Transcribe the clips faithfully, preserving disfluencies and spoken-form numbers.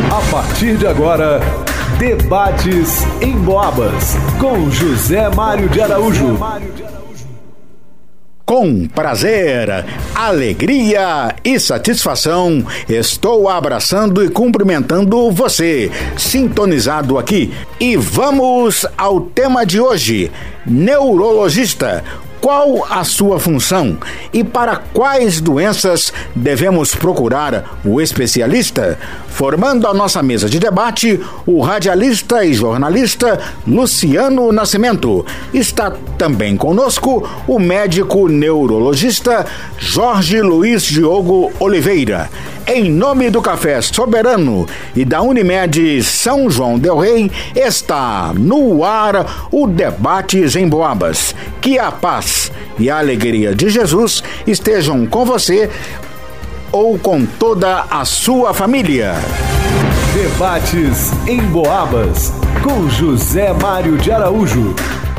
A partir de agora, Debates em Boabas, com José Mário de Araújo. Com prazer, alegria e satisfação, estou abraçando e cumprimentando você, sintonizado aqui. E vamos ao tema de hoje: neurologista. Qual a sua função e para quais doenças devemos procurar o especialista? Formando a nossa mesa de debate, o radialista e jornalista Luciano Nascimento. Está também conosco o médico neurologista Jorge Luiz Diogo Oliveira. Em nome do Café Soberano e da Unimed São João del Rei, está no ar o Debates em Boabas. Que a paz e a alegria de Jesus estejam com você ou com toda a sua família. Debates em Boabas, com José Mário de Araújo.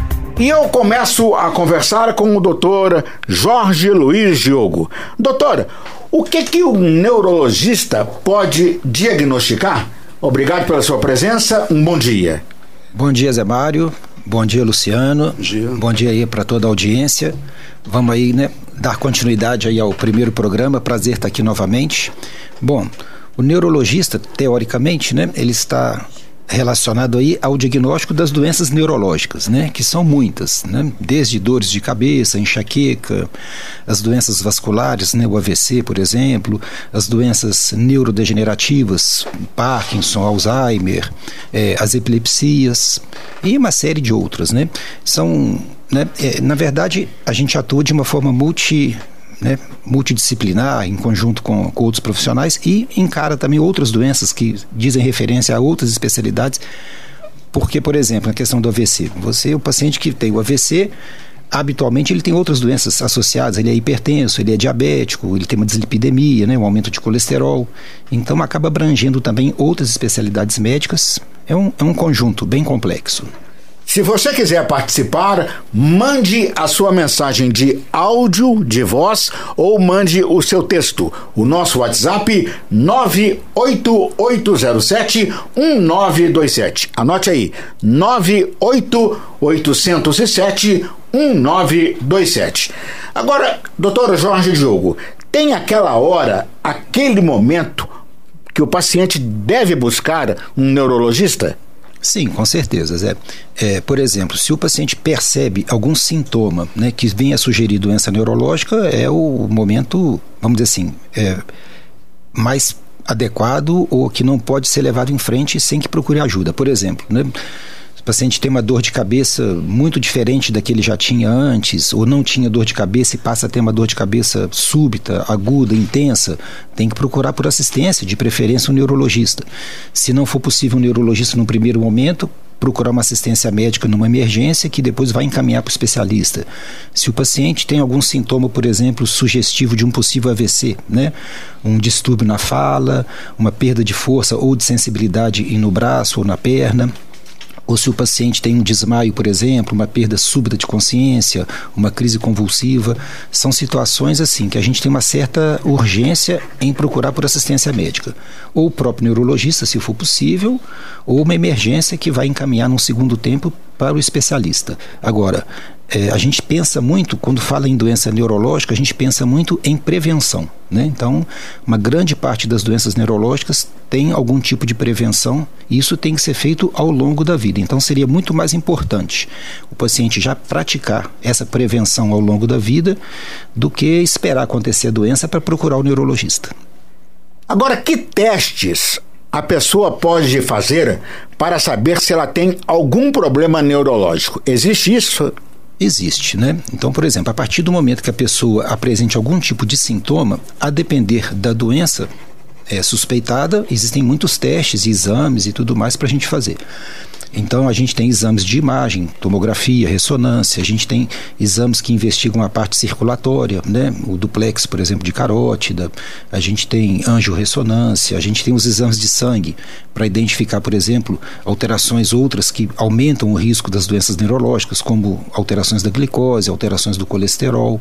E eu começo a conversar com o doutor Jorge Luiz Diogo. Doutor, o que que o neurologista pode diagnosticar? Obrigado pela sua presença, um bom dia. Bom dia, Zé Mário. Bom dia, Luciano. Bom dia. Bom dia aí para toda a audiência. Vamos aí, né, dar continuidade aí ao primeiro programa. Prazer estar aqui novamente. Bom, o neurologista, teoricamente, né, ele está relacionado aí ao diagnóstico das doenças neurológicas, né, que são muitas, né, desde dores de cabeça, enxaqueca, as doenças vasculares, né, o A V C, por exemplo, as doenças neurodegenerativas, Parkinson, Alzheimer, é, as epilepsias e uma série de outras, né, são, né, é, na verdade, a gente atua de uma forma multi Né, multidisciplinar, em conjunto com, com outros profissionais, e encara também outras doenças que dizem referência a outras especialidades, porque, por exemplo, na questão do A V C, você, o paciente que tem o A V C, habitualmente ele tem outras doenças associadas, ele é hipertenso, ele é diabético, ele tem uma dislipidemia, né, um aumento de colesterol, então acaba abrangendo também outras especialidades médicas. É um, é um conjunto bem complexo. Se você quiser participar, mande a sua mensagem de áudio, de voz, ou mande o seu texto. O nosso WhatsApp nove oito oito zero sete um nove dois sete. Anote aí, nove oito oito zero sete um nove dois sete. Agora, doutor Jorge Diogo, tem aquela hora, aquele momento que o paciente deve buscar um neurologista? Sim, com certeza, Zé. É, por exemplo, se o paciente percebe algum sintoma, né, que venha a sugerir doença neurológica, é o momento, vamos dizer assim, é, mais adequado ou que não pode ser levado em frente sem que procure ajuda. Por exemplo, né, se o paciente tem uma dor de cabeça muito diferente da que ele já tinha antes, ou não tinha dor de cabeça e passa a ter uma dor de cabeça súbita, aguda, intensa, tem que procurar por assistência, de preferência um neurologista. Se não for possível um neurologista no primeiro momento, procurar uma assistência médica numa emergência que depois vai encaminhar para o especialista. Se o paciente tem algum sintoma, por exemplo, sugestivo de um possível A V C, né? Um distúrbio na fala, uma perda de força ou de sensibilidade no braço ou na perna, ou se o paciente tem um desmaio, por exemplo, uma perda súbita de consciência, uma crise convulsiva, são situações assim que a gente tem uma certa urgência em procurar por assistência médica. Ou o próprio neurologista, se for possível, ou uma emergência que vai encaminhar num segundo tempo para o especialista. Agora, é, a gente pensa muito, quando fala em doença neurológica, a gente pensa muito em prevenção, né? Então, uma grande parte das doenças neurológicas tem algum tipo de prevenção e isso tem que ser feito ao longo da vida. Então, seria muito mais importante o paciente já praticar essa prevenção ao longo da vida do que esperar acontecer a doença para procurar o neurologista. Agora, que testes a pessoa pode fazer para saber se ela tem algum problema neurológico? Existe isso? Existe, né? Então, por exemplo, a partir do momento que a pessoa apresente algum tipo de sintoma, a depender da doença é, suspeitada, existem muitos testes, exames e tudo mais para a gente fazer. Então a gente tem exames de imagem, tomografia, ressonância, a gente tem exames que investigam a parte circulatória, né? O duplex, por exemplo, de carótida, a gente tem angiorressonância, a gente tem os exames de sangue para identificar, por exemplo, alterações outras que aumentam o risco das doenças neurológicas, como alterações da glicose, alterações do colesterol,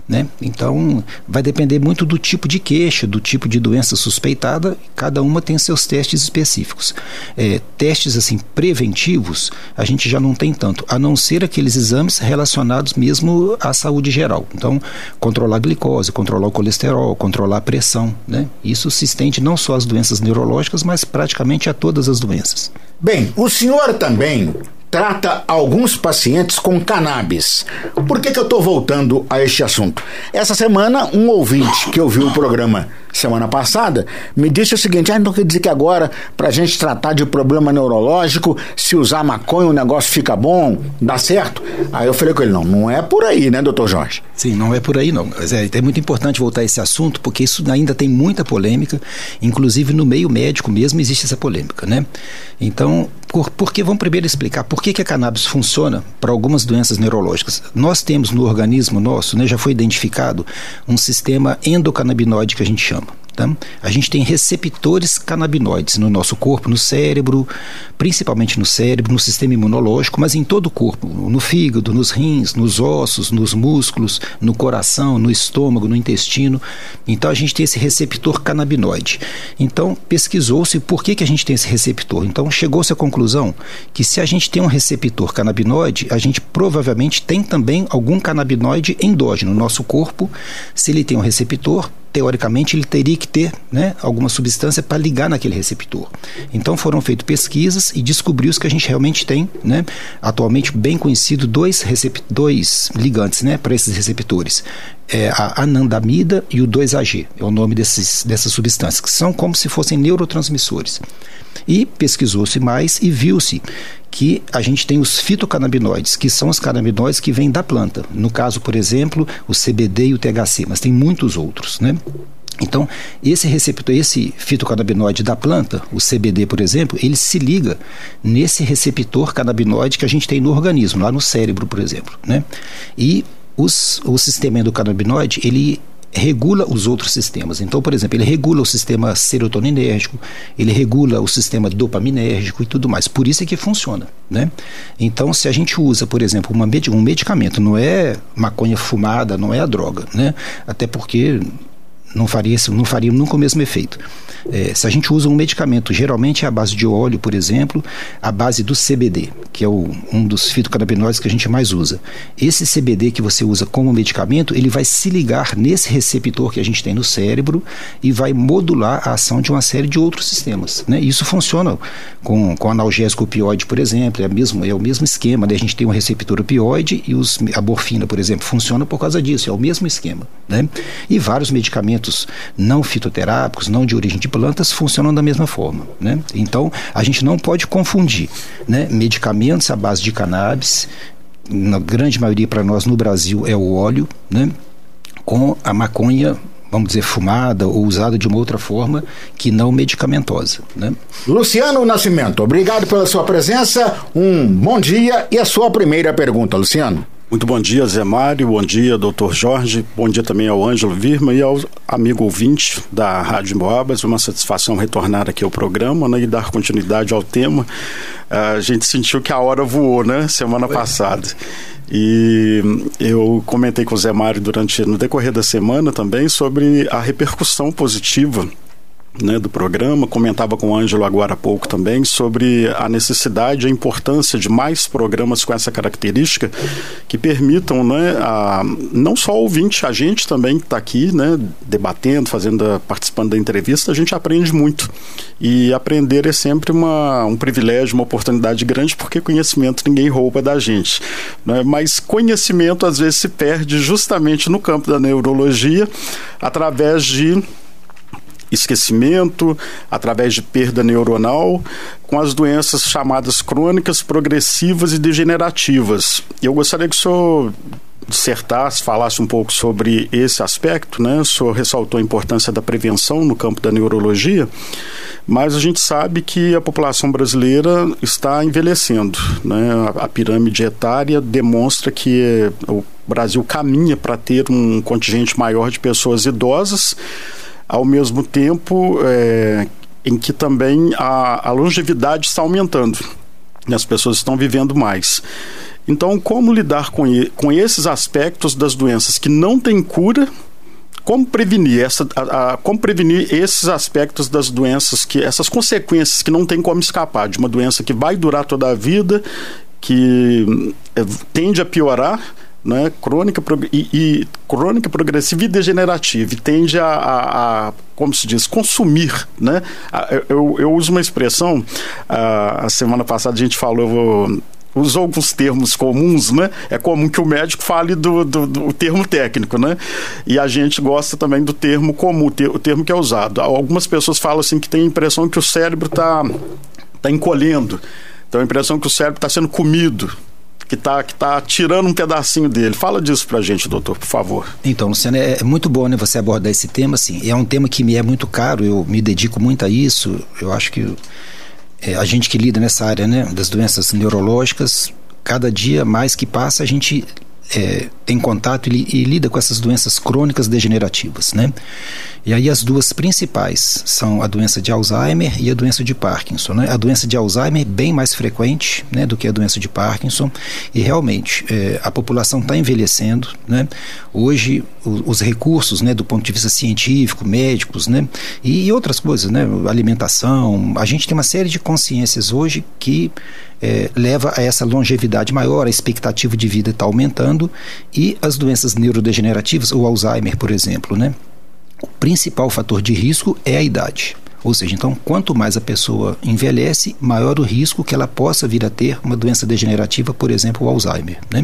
né? Então, vai depender muito do tipo de queixa, do tipo de doença suspeitada, cada uma tem seus testes específicos. É, testes assim preventivos, a gente já não tem tanto, a não ser aqueles exames relacionados mesmo à saúde geral. Então, controlar a glicose, controlar o colesterol, controlar a pressão, né? Isso se estende não só às doenças neurológicas, mas praticamente a todas as doenças. Bem, o senhor também trata alguns pacientes com cannabis. Por que que eu estou voltando a este assunto? Essa semana, um ouvinte que ouviu o programa semana passada me disse o seguinte: ah, então quer dizer que agora, para a gente tratar de problema neurológico, se usar maconha o negócio fica bom, dá certo? Aí eu falei com ele, não, não é por aí, né, doutor Jorge? Sim, não é por aí não. Mas é, é muito importante voltar a esse assunto, porque isso ainda tem muita polêmica, inclusive no meio médico mesmo existe essa polêmica, né? Então, por, porque vamos primeiro explicar por que que a cannabis funciona para algumas doenças neurológicas. Nós temos no organismo nosso, né, já foi identificado um sistema endocannabinoide que a gente chama. Tá? A gente tem receptores canabinoides no nosso corpo, no cérebro, principalmente no cérebro, no sistema imunológico, mas em todo o corpo, no fígado, nos rins, nos ossos, nos músculos, no coração, no estômago, no intestino. Então a gente tem esse receptor canabinoide. Então pesquisou-se por que que a gente tem esse receptor. Então chegou-se à conclusão que se a gente tem um receptor canabinoide, a gente provavelmente tem também algum canabinoide endógeno no nosso corpo. Se ele tem um receptor, teoricamente ele teria que ter, né, alguma substância para ligar naquele receptor. Então foram feitas pesquisas e descobriu-se que a gente realmente tem, né, atualmente bem conhecido, dois, recep- dois ligantes, né, para esses receptores. É a anandamida e o dois A G, é o nome desses, dessas substâncias, que são como se fossem neurotransmissores. E pesquisou-se mais e viu-se que a gente tem os fitocannabinoides, que são os canabinoides que vêm da planta. No caso, por exemplo, o C B D e o T H C, mas tem muitos outros, né? Então, esse receptor, esse fitocannabinoide da planta, o C B D, por exemplo, ele se liga nesse receptor canabinoide que a gente tem no organismo, lá no cérebro, por exemplo, né? E os, o sistema endocannabinoide, ele regula os outros sistemas. Então, por exemplo, ele regula o sistema serotoninérgico, ele regula o sistema dopaminérgico e tudo mais. Por isso é que funciona, né? Então, se a gente usa, por exemplo, uma med- um medicamento, não é maconha fumada, não é a droga, né? Até porque não faria, não faria nunca o mesmo efeito. É, se a gente usa um medicamento, geralmente é a base de óleo, por exemplo, a base do C B D, que é o, um dos fitocannabinoides que a gente mais usa. Esse C B D que você usa como medicamento, ele vai se ligar nesse receptor que a gente tem no cérebro e vai modular a ação de uma série de outros sistemas, né? Isso funciona com, com analgésico opioide, por exemplo, é, mesmo, é o mesmo esquema, né? A gente tem um receptor opioide e os, a morfina, por exemplo, funciona por causa disso, é o mesmo esquema, né? E vários medicamentos não fitoterápicos, não de origem de plantas, funcionam da mesma forma, né? Então, a gente não pode confundir, né, medicamentos à base de cannabis, na grande maioria para nós no Brasil é o óleo, né, com a maconha, vamos dizer, fumada ou usada de uma outra forma que não medicamentosa, né? Luciano Nascimento, obrigado pela sua presença, um bom dia e a sua primeira pergunta, Luciano. Muito bom dia, Zé Mário, bom dia, doutor Jorge, bom dia também ao Ângelo Virma e ao amigo ouvinte da Rádio Emboabas. Uma satisfação retornar aqui ao programa, né, e dar continuidade ao tema. Uh, a gente sentiu que a hora voou, né, semana Oi. passada. E eu comentei com o Zé Mário durante, no decorrer da semana também sobre a repercussão positiva, né, do programa. Comentava com o Ângelo agora há pouco também sobre a necessidade, a importância de mais programas com essa característica que permitam, né, a, não só o ouvinte, a gente também que está aqui, né, debatendo, fazendo, a, participando da entrevista, a gente aprende muito. E aprender é sempre uma, um privilégio, uma oportunidade grande, porque conhecimento ninguém rouba da gente, né? Mas conhecimento às vezes se perde justamente no campo da neurologia através de esquecimento, através de perda neuronal, com as doenças chamadas crônicas, progressivas e degenerativas. Eu gostaria que o senhor dissertasse, falasse um pouco sobre esse aspecto, né? O senhor ressaltou a importância da prevenção no campo da neurologia, mas a gente sabe que a população brasileira está envelhecendo, né? A, a pirâmide etária demonstra que o Brasil caminha para ter um contingente maior de pessoas idosas, ao mesmo tempo é, em que também a, a longevidade está aumentando. e as pessoas estão vivendo mais. Então, como lidar com, com esses aspectos das doenças que não têm cura? Como prevenir, essa, a, a, como prevenir esses aspectos das doenças, que, essas consequências que não tem como escapar, de uma doença que vai durar toda a vida, que é, tende a piorar, né, crônica, e, e, crônica, progressiva e degenerativa, e tende a, a, a como se diz, consumir, né? Eu, eu uso uma expressão, a, a semana passada a gente falou, eu vou... usou alguns termos comuns, né? É comum que o médico fale do, do, do termo técnico, né? E a gente gosta também do termo comum, o, ter, o termo que é usado. Algumas pessoas falam assim que tem a impressão que o cérebro está tá encolhendo, então a impressão que o cérebro está sendo comido, que está que tá tirando um pedacinho dele. Fala disso pra gente, doutor, por favor. Então, Luciano, é muito bom, né, você abordar esse tema, assim. É um tema que me é muito caro, eu me dedico muito a isso. Eu acho que É, a gente que lida nessa área, né, das doenças neurológicas, cada dia mais que passa a gente é, tem contato e, e lida com essas doenças crônicas degenerativas, né? E aí as duas principais são a doença de Alzheimer e a doença de Parkinson, né? A doença de Alzheimer é bem mais frequente, né, do que a doença de Parkinson, e realmente é, a população está envelhecendo, né? Hoje o, os recursos, né, do ponto de vista científico, médicos, né, e, e outras coisas, né, alimentação, a gente tem uma série de consciências hoje que é, leva a essa longevidade maior, a expectativa de vida está aumentando, e as doenças neurodegenerativas, o Alzheimer, por exemplo, né? O principal fator de risco é a idade. Ou seja, então, quanto mais a pessoa envelhece, maior o risco que ela possa vir a ter uma doença degenerativa, por exemplo, o Alzheimer, né?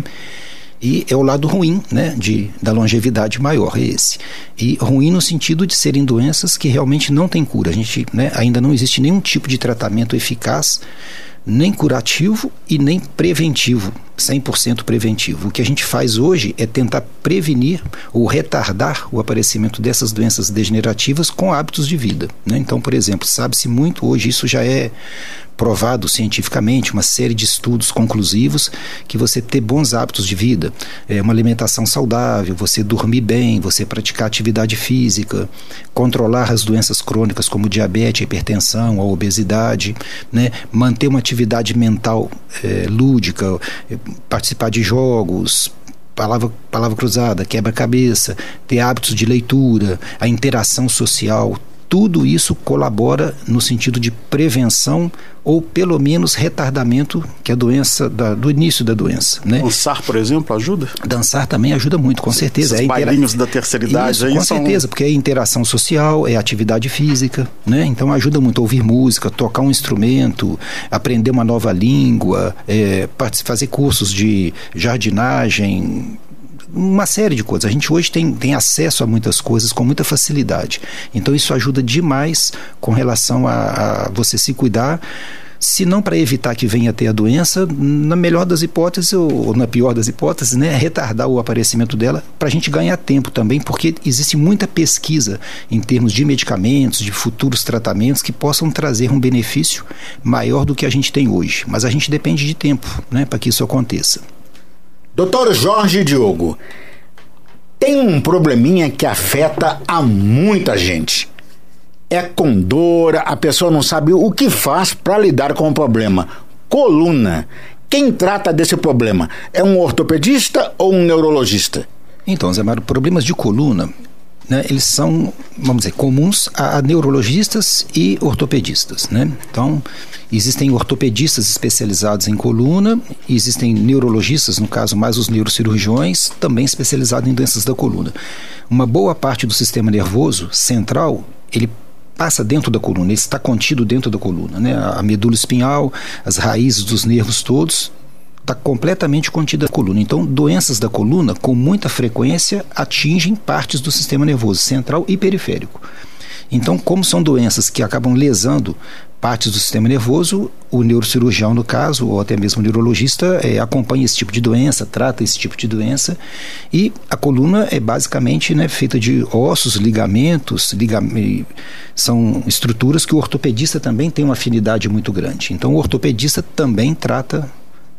E é o lado ruim, né, de, da longevidade maior, é esse. E ruim no sentido de serem doenças que realmente não têm cura. A gente, né, ainda não existe nenhum tipo de tratamento eficaz, nem curativo e nem preventivo, cem por cento preventivo. O que a gente faz hoje é tentar prevenir ou retardar o aparecimento dessas doenças degenerativas com hábitos de vida, né? Então, por exemplo, sabe-se muito hoje, isso já é provado cientificamente, uma série de estudos conclusivos, que você ter bons hábitos de vida, é, uma alimentação saudável, você dormir bem, você praticar atividade física, controlar as doenças crônicas como diabetes, hipertensão, a obesidade, né, manter uma atividade mental é, lúdica, é, participar de jogos, palavra, palavra cruzada, quebra-cabeça, ter hábitos de leitura, a interação social. Tudo isso colabora no sentido de prevenção ou pelo menos retardamento que a doença, da, do início da doença, né? Dançar, por exemplo, ajuda? Dançar também ajuda muito, com certeza. Esses é bailinhos intera... da terceira idade isso, aí com são... certeza, porque é interação social, é atividade física, né? Então ajuda muito a ouvir música, tocar um instrumento, aprender uma nova língua, é, fazer cursos de jardinagem, uma série de coisas. A gente hoje tem, tem acesso a muitas coisas com muita facilidade. Então isso ajuda demais com relação a, a você se cuidar, se não para evitar que venha a ter a doença, na melhor das hipóteses ou na pior das hipóteses, né, retardar o aparecimento dela, para a gente ganhar tempo também, porque existe muita pesquisa em termos de medicamentos, de futuros tratamentos que possam trazer um benefício maior do que a gente tem hoje. Mas a gente depende de tempo, né, para que isso aconteça. doutor Jorge Diogo, tem um probleminha que afeta a muita gente. É com dor, a pessoa não sabe o que faz para lidar com o problema. Coluna. Quem trata desse problema? É um ortopedista ou um neurologista? Então, Zé Mário, problemas de coluna, né, eles são, vamos dizer, comuns a, a neurologistas e ortopedistas, né? Então, existem ortopedistas especializados em coluna, existem neurologistas, no caso mais os neurocirurgiões, também especializados em doenças da coluna. Uma boa parte do sistema nervoso central, ele passa dentro da coluna, ele está contido dentro da coluna, né? A medula espinhal, as raízes dos nervos todos, está completamente contida na coluna. Então, doenças da coluna, com muita frequência, atingem partes do sistema nervoso central e periférico. Então, como são doenças que acabam lesando partes do sistema nervoso, o neurocirurgião, no caso, ou até mesmo o neurologista, é, acompanha esse tipo de doença, trata esse tipo de doença, e a coluna é basicamente, né, feita de ossos, ligamentos, ligam... são estruturas que o ortopedista também tem uma afinidade muito grande. Então, o ortopedista também trata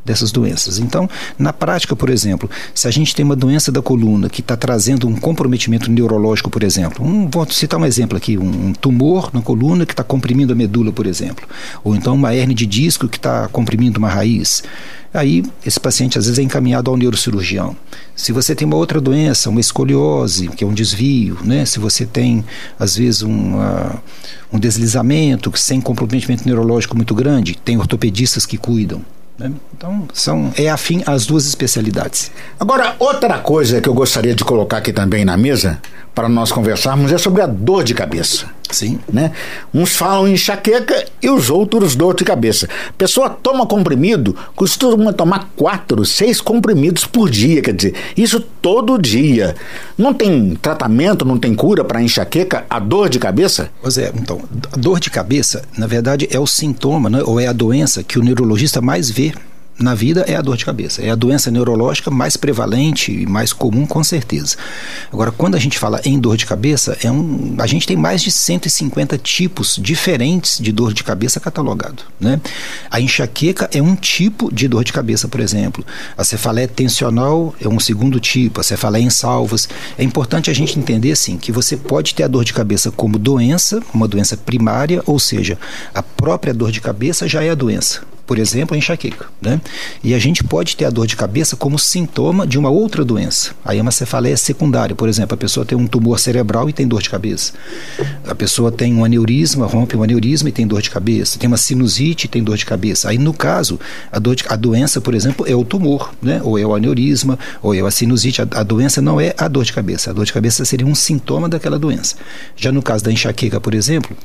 dessas doenças. Então, na prática, por exemplo, se a gente tem uma doença da coluna que está trazendo um comprometimento neurológico, por exemplo, um, vou citar um exemplo aqui, um tumor na coluna que está comprimindo a medula, por exemplo, ou então uma hérnia de disco que está comprimindo uma raiz, aí esse paciente às vezes é encaminhado ao neurocirurgião. Se você tem uma outra doença, uma escoliose, que é um desvio, né? Se você tem às vezes uma, um deslizamento sem comprometimento neurológico muito grande, tem ortopedistas que cuidam, né? Então são, é afim às duas especialidades. Agora, outra coisa que eu gostaria de colocar aqui também na mesa para nós conversarmos é sobre a dor de cabeça. Sim. Né? Uns falam em enxaqueca e os outros dor de cabeça. A pessoa toma comprimido, costuma tomar quatro, seis comprimidos por dia, quer dizer, isso todo dia. Não tem tratamento, não tem cura para a enxaqueca, a dor de cabeça? Pois é, então, a dor de cabeça, na verdade, é o sintoma, né, ou é a doença que o neurologista mais vê na vida, é a dor de cabeça. É a doença neurológica mais prevalente e mais comum, com certeza. Agora, quando a gente fala em dor de cabeça, é um, a gente tem mais de cento e cinquenta tipos diferentes de dor de cabeça catalogado, né? A enxaqueca é um tipo de dor de cabeça, por exemplo. A cefaleia tensional é um segundo tipo, a cefaleia em salvas. É importante a gente entender, assim, que você pode ter a dor de cabeça como doença, uma doença primária, ou seja, a própria dor de cabeça já é a doença. Por exemplo, a enxaqueca, né? E a gente pode ter a dor de cabeça como sintoma de uma outra doença. Aí é uma cefaleia secundária. Por exemplo, a pessoa tem um tumor cerebral e tem dor de cabeça. A pessoa tem um aneurisma, rompe um aneurisma e tem dor de cabeça. Tem uma sinusite e tem dor de cabeça. Aí, no caso, a, dor de, a doença, por exemplo, é o tumor, né? Ou é o aneurisma, ou é a sinusite. A, a doença não é a dor de cabeça. A dor de cabeça seria um sintoma daquela doença. Já no caso da enxaqueca, por exemplo,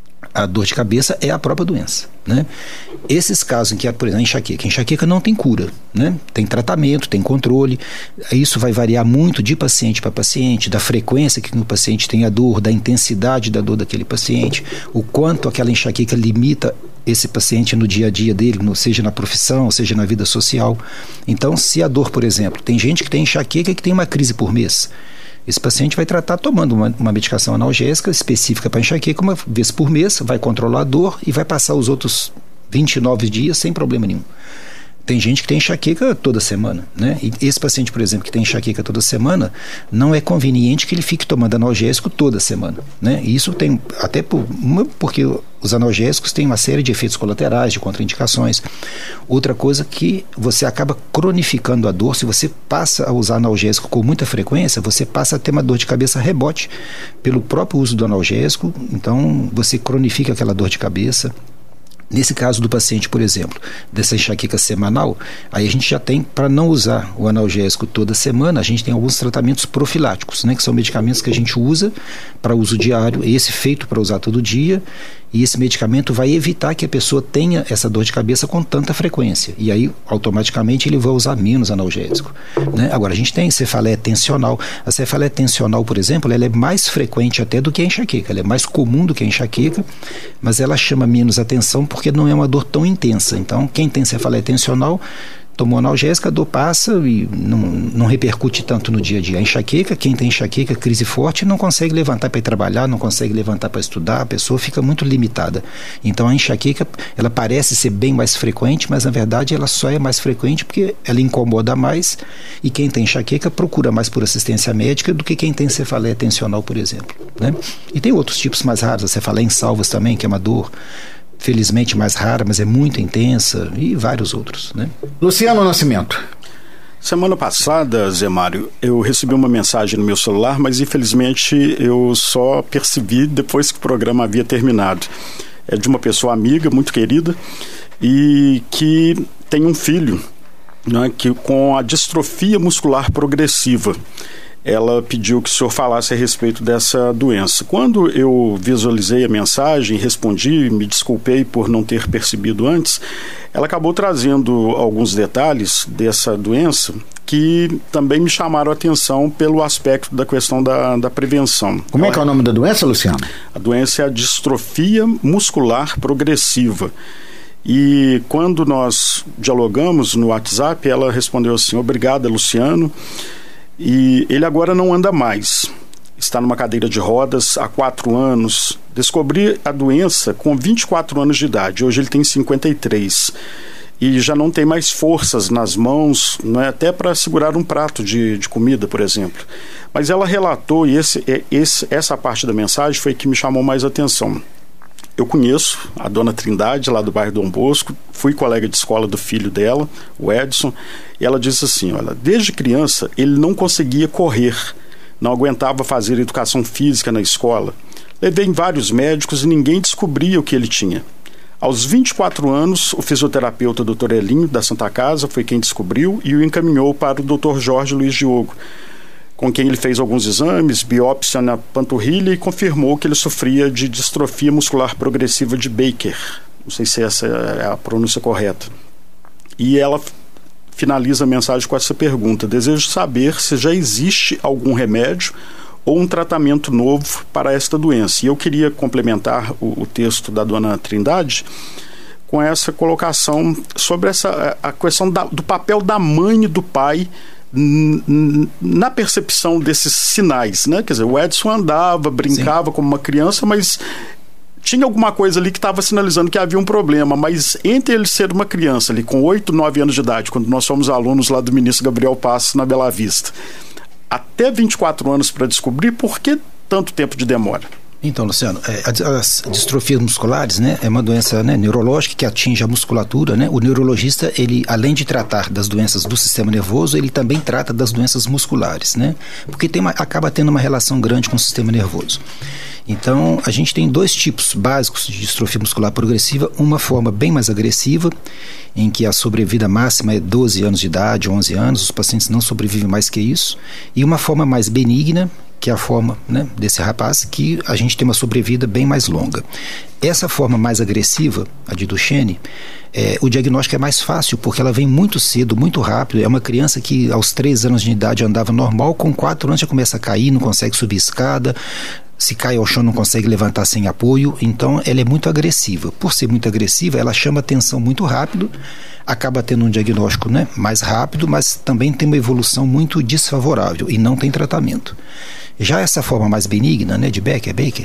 a dor de cabeça é a própria doença, né? Esses casos em que, por exemplo, a enxaqueca, a enxaqueca não tem cura, né? Tem tratamento, tem controle. Isso vai variar muito de paciente para paciente, da frequência que o paciente tem a dor, da intensidade da dor daquele paciente, o quanto aquela enxaqueca limita esse paciente no dia a dia dele, seja na profissão, seja na vida social. Então, se a dor, por exemplo, tem gente que tem enxaqueca que tem uma crise por mês, esse paciente vai tratar tomando uma, uma medicação analgésica específica para enxaqueca uma vez por mês, vai controlar a dor e vai passar os outros vinte e nove dias sem problema nenhum. Tem gente que tem enxaqueca toda semana, né? E esse paciente, por exemplo, que tem enxaqueca toda semana, não é conveniente que ele fique tomando analgésico toda semana, né? E isso tem, até por, uma, porque os analgésicos têm uma série de efeitos colaterais, de contraindicações. Outra coisa que você acaba cronificando a dor, se você passa a usar analgésico com muita frequência, você passa a ter uma dor de cabeça rebote pelo próprio uso do analgésico, então você cronifica aquela dor de cabeça. Nesse caso do paciente, por exemplo, dessa enxaqueca semanal, aí a gente já tem, para não usar o analgésico toda semana, a gente tem alguns tratamentos profiláticos, né, que são medicamentos que a gente usa para uso diário, esse feito para usar todo dia, e esse medicamento vai evitar que a pessoa tenha essa dor de cabeça com tanta frequência, e aí automaticamente ele vai usar menos analgésico, né? Agora a gente tem cefaleia tensional. A cefaleia tensional, por exemplo, ela é mais frequente até do que a enxaqueca, ela é mais comum do que a enxaqueca, mas ela chama menos atenção porque não é uma dor tão intensa. Então quem tem cefaleia tensional tomou analgésica, a dor passa e não, não repercute tanto no dia a dia. A enxaqueca, quem tem enxaqueca, crise forte, não consegue levantar para ir trabalhar, não consegue levantar para estudar, a pessoa fica muito limitada. Então a enxaqueca, ela parece ser bem mais frequente, mas na verdade ela só é mais frequente porque ela incomoda mais, e quem tem enxaqueca procura mais por assistência médica do que quem tem cefaleia tensional, por exemplo, né? E tem outros tipos mais raros, a cefaleia em salvas também, que é uma dor felizmente mais rara, mas é muito intensa, e vários outros, né? Luciano Nascimento. Semana passada, Zé Mário, eu recebi uma mensagem no meu celular, mas infelizmente eu só percebi depois que o programa havia terminado. É de uma pessoa amiga, muito querida, e que tem um filho, né, que, com a distrofia muscular progressiva. Ela pediu que o senhor falasse a respeito dessa doença. Quando eu visualizei a mensagem, respondi, me desculpei por não ter percebido antes, ela acabou trazendo alguns detalhes dessa doença que também me chamaram a atenção pelo aspecto da questão da, da prevenção. Como ela, é que é o nome da doença, Luciano? A doença é a distrofia muscular progressiva. E quando nós dialogamos no WhatsApp, ela respondeu assim: obrigada, Luciano. E ele agora não anda mais, está numa cadeira de rodas há quatro anos. Descobri a doença com vinte e quatro anos de idade, hoje ele tem cinquenta e três. e já não tem mais forças nas mãos, não é, até para segurar um prato de, de comida, por exemplo. Mas ela relatou, e esse, esse, essa parte da mensagem foi que me chamou mais atenção. Eu conheço a dona Trindade, lá do bairro Dom Bosco, fui colega de escola do filho dela, o Edson, e ela disse assim, olha, desde criança ele não conseguia correr, não aguentava fazer educação física na escola. Levei em vários médicos e ninguém descobria o que ele tinha. Aos vinte e quatro anos, o fisioterapeuta doutor Elinho, da Santa Casa, foi quem descobriu e o encaminhou para o doutor Jorge Luiz Diogo, com quem ele fez alguns exames, biópsia na panturrilha e confirmou que ele sofria de distrofia muscular progressiva de Baker. Não sei se essa é a pronúncia correta. E ela finaliza a mensagem com essa pergunta: desejo saber se já existe algum remédio ou um tratamento novo para esta doença. E eu queria complementar o, o texto da dona Trindade com essa colocação sobre essa, a questão da, do papel da mãe e do pai na percepção desses sinais, né? Quer dizer, o Edson andava, brincava Sim. como uma criança, mas tinha alguma coisa ali que estava sinalizando que havia um problema, mas entre ele ser uma criança ali com oito, nove anos de idade, quando nós fomos alunos lá do ministro Gabriel Passos na Bela Vista, até vinte e quatro anos para descobrir, por que tanto tempo de demora? Então, Luciano, é, as distrofias musculares, né, é uma doença, né, neurológica que atinge a musculatura, né? O neurologista, ele, além de tratar das doenças do sistema nervoso, ele também trata das doenças musculares, né? Porque tem uma, acaba tendo uma relação grande com o sistema nervoso. Então, a gente tem dois tipos básicos de distrofia muscular progressiva, uma forma bem mais agressiva, em que a sobrevida máxima é doze anos de idade, onze anos, os pacientes não sobrevivem mais que isso, e uma forma mais benigna, que é a forma, né, desse rapaz, que a gente tem uma sobrevida bem mais longa. Essa forma mais agressiva, a de Duchenne, é, o diagnóstico é mais fácil, porque ela vem muito cedo, muito rápido. É uma criança que aos três anos de idade andava normal, com quatro anos já começa a cair, não consegue subir escada, se cai ao chão não consegue levantar sem apoio, então ela é muito agressiva. Por ser muito agressiva, ela chama atenção muito rápido, acaba tendo um diagnóstico, né, mais rápido, mas também tem uma evolução muito desfavorável e não tem tratamento. Já essa forma mais benigna, né, de Becker, Baker,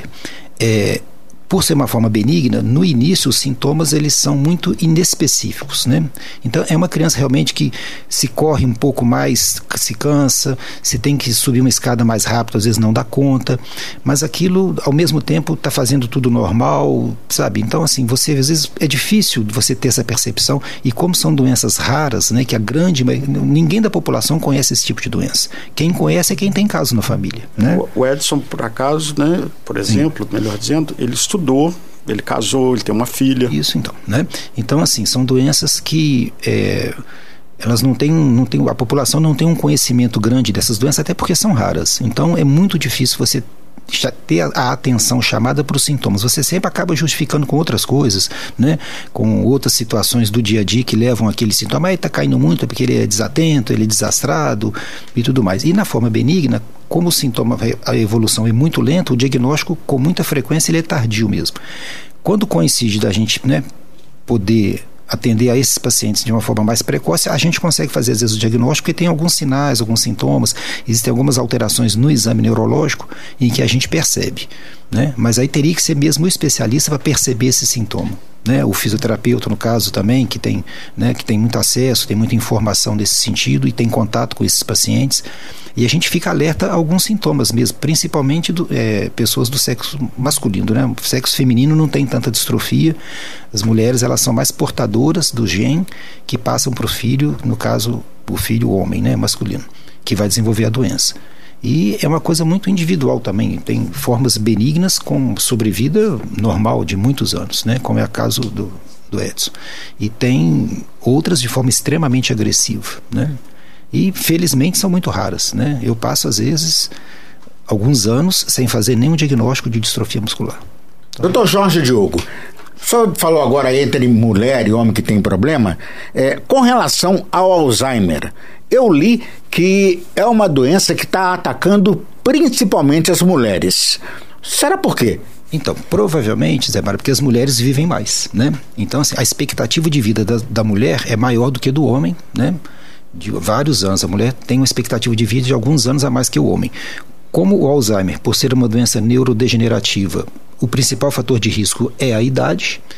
é, por ser uma forma benigna, no início os sintomas eles são muito inespecíficos, né? Então é uma criança realmente que se corre um pouco mais, se cansa, se tem que subir uma escada mais rápido, às vezes não dá conta, mas aquilo ao mesmo tempo está fazendo tudo normal, sabe? Então assim, você às vezes é difícil você ter essa percepção, e como são doenças raras, né, que a grande, ninguém da população conhece esse tipo de doença. Quem conhece é quem tem caso na família, né? O Edson, por acaso, né, por exemplo, Sim. melhor dizendo, ele estudou estudou, ele casou, ele tem uma filha. Isso, então, né? Então, assim, são doenças que é, elas não têm, não têm, a população não tem um conhecimento grande dessas doenças, até porque são raras. Então, é muito difícil você ter a atenção chamada para os sintomas. Você sempre acaba justificando com outras coisas, né? Com outras situações do dia a dia que levam aquele sintoma. Ah, ele está caindo muito é porque ele é desatento, ele é desastrado e tudo mais. E na forma benigna, como o sintoma, a evolução é muito lenta, o diagnóstico com muita frequência ele é tardio mesmo. Quando coincide da gente, né, poder atender a esses pacientes de uma forma mais precoce, a gente consegue fazer às vezes o diagnóstico, porque tem alguns sinais, alguns sintomas, existem algumas alterações no exame neurológico em que a gente percebe, né? Mas aí teria que ser mesmo o especialista para perceber esse sintoma, né? O fisioterapeuta, no caso, também, que tem, né, que tem muito acesso, tem muita informação nesse sentido e tem contato com esses pacientes. E a gente fica alerta a alguns sintomas mesmo, principalmente do, é, pessoas do sexo masculino, né? O sexo feminino não tem tanta distrofia. As mulheres, elas são mais portadoras do gene que passam para o filho, no caso, o filho homem, né, masculino, que vai desenvolver a doença. E é uma coisa muito individual também. Tem formas benignas com sobrevida normal de muitos anos, né? Como é o caso do, do Edson. E tem outras de forma extremamente agressiva, né? E felizmente são muito raras, né? Eu passo às vezes alguns anos sem fazer nenhum diagnóstico de distrofia muscular. Então, doutor Jorge Diogo, o senhor falou agora entre mulher e homem que tem problema, é, com relação ao Alzheimer, eu li que é uma doença que está atacando principalmente as mulheres. Será por quê? Então, provavelmente, Zé Mário, porque as mulheres vivem mais, né? Então, assim, a expectativa de vida da, da mulher é maior do que do homem, né? De vários anos. A mulher tem uma expectativa de vida de alguns anos a mais que o homem. Como o Alzheimer, por ser uma doença neurodegenerativa, o principal fator de risco é a idade.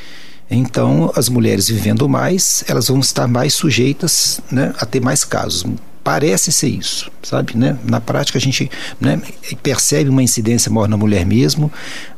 Então, as mulheres vivendo mais, elas vão estar mais sujeitas, né, a ter mais casos. Parece ser isso, sabe, né? Na prática a gente, né, percebe uma incidência maior na mulher mesmo,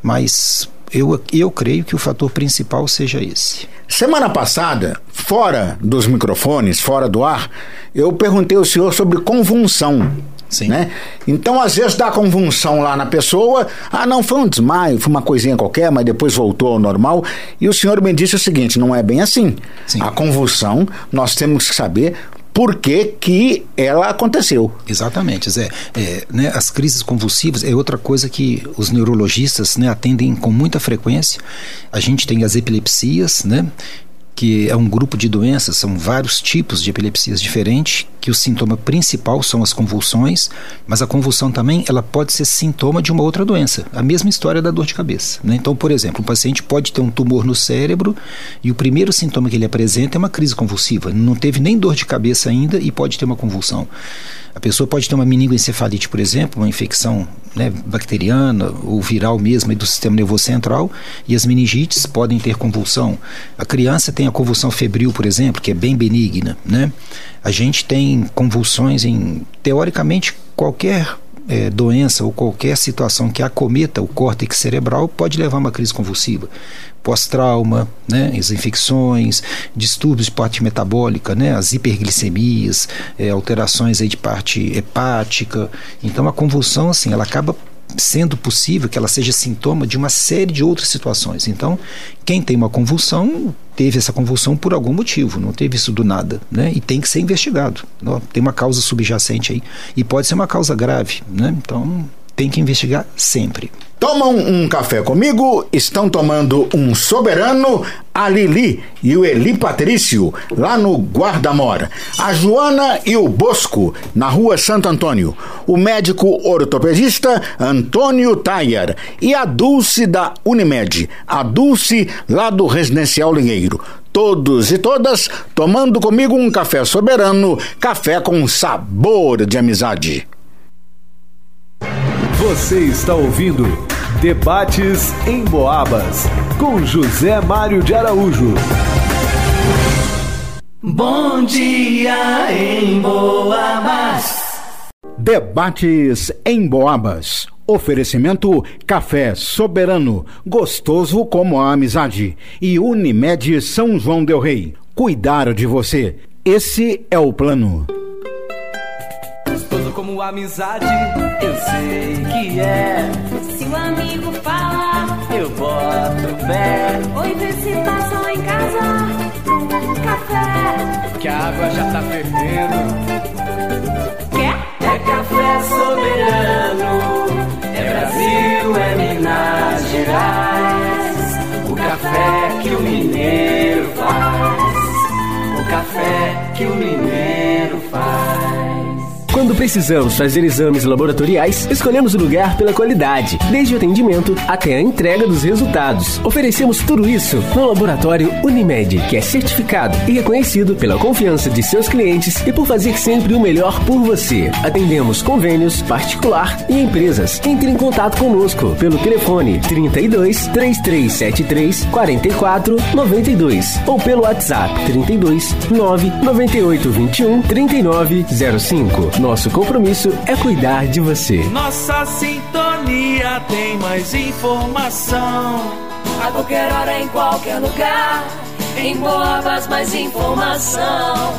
mas eu, eu creio que o fator principal seja esse. Semana passada, fora dos microfones, fora do ar, eu perguntei ao senhor sobre convulsão. Sim. Né? Então, às vezes dá convulsão lá na pessoa, ah, não, foi um desmaio, foi uma coisinha qualquer, mas depois voltou ao normal, e o senhor me disse o seguinte, não é bem assim. Sim. A convulsão, nós temos que saber por que que ela aconteceu. Exatamente, Zé. É, né, as crises convulsivas é outra coisa que os neurologistas, né, atendem com muita frequência. A gente tem as epilepsias, né, que é um grupo de doenças, são vários tipos de epilepsias diferentes, que o sintoma principal são as convulsões, mas a convulsão também ela pode ser sintoma de uma outra doença, a mesma história da dor de cabeça, né? Então, por exemplo, um paciente pode ter um tumor no cérebro e o primeiro sintoma que ele apresenta é uma crise convulsiva, não teve nem dor de cabeça ainda e pode ter uma convulsão. A pessoa pode ter uma meningoencefalite, por exemplo, uma infecção, né, bacteriana ou viral mesmo do sistema nervoso central, e as meningites podem ter convulsão. A criança tem a convulsão febril, por exemplo, que é bem benigna, né? A gente tem convulsões em, teoricamente, qualquer é, doença ou qualquer situação que acometa o córtex cerebral pode levar a uma crise convulsiva. Pós-trauma, né, as infecções, distúrbios de parte metabólica, né, as hiperglicemias, é, alterações aí de parte hepática. Então a convulsão, assim, ela acaba sendo possível que ela seja sintoma de uma série de outras situações. Então, quem tem uma convulsão, teve essa convulsão por algum motivo, não teve isso do nada, né? E tem que ser investigado. Tem uma causa subjacente aí, e pode ser uma causa grave, né? Então, tem que investigar sempre. Tomam um café comigo, estão tomando um Soberano, a Lili e o Eli Patrício, lá no Guarda-Mora. A Joana e o Bosco, na rua Santo Antônio. O médico ortopedista Antônio Tayer e a Dulce da Unimed. A Dulce, lá do Residencial Linheiro. Todos e todas tomando comigo um café Soberano, café com sabor de amizade. Você está ouvindo Debates em Boabas, com José Mário de Araújo. Bom dia em Boabas. Debates em Boabas. Oferecimento Café Soberano, gostoso como a amizade. E Unimed São João del Rei. Cuidar de você. Esse é o plano. Gostoso como amizade, eu sei que é. Se o amigo fala, eu boto fé. Oi, vê se passam em casa um café. Que a água já tá fervendo. Quer? É café Soberano. É Brasil, é Minas Gerais. O café que o mineiro faz. O café que o mineiro faz. Quando precisamos fazer exames laboratoriais, escolhemos o lugar pela qualidade, desde o atendimento até a entrega dos resultados. Oferecemos tudo isso no Laboratório Unimed, que é certificado e reconhecido pela confiança de seus clientes e por fazer sempre o melhor por você. Atendemos convênios, particular e empresas. Entre em contato conosco pelo telefone trinta e dois, três três sete três, quarenta e quatro, noventa e dois ou pelo WhatsApp trinta e dois, nove nove oito dois um, trinta e nove zero cinco. Nosso compromisso é cuidar de você. Nossa sintonia tem mais informação. A qualquer hora, em qualquer lugar. Em Boabas, mais informação.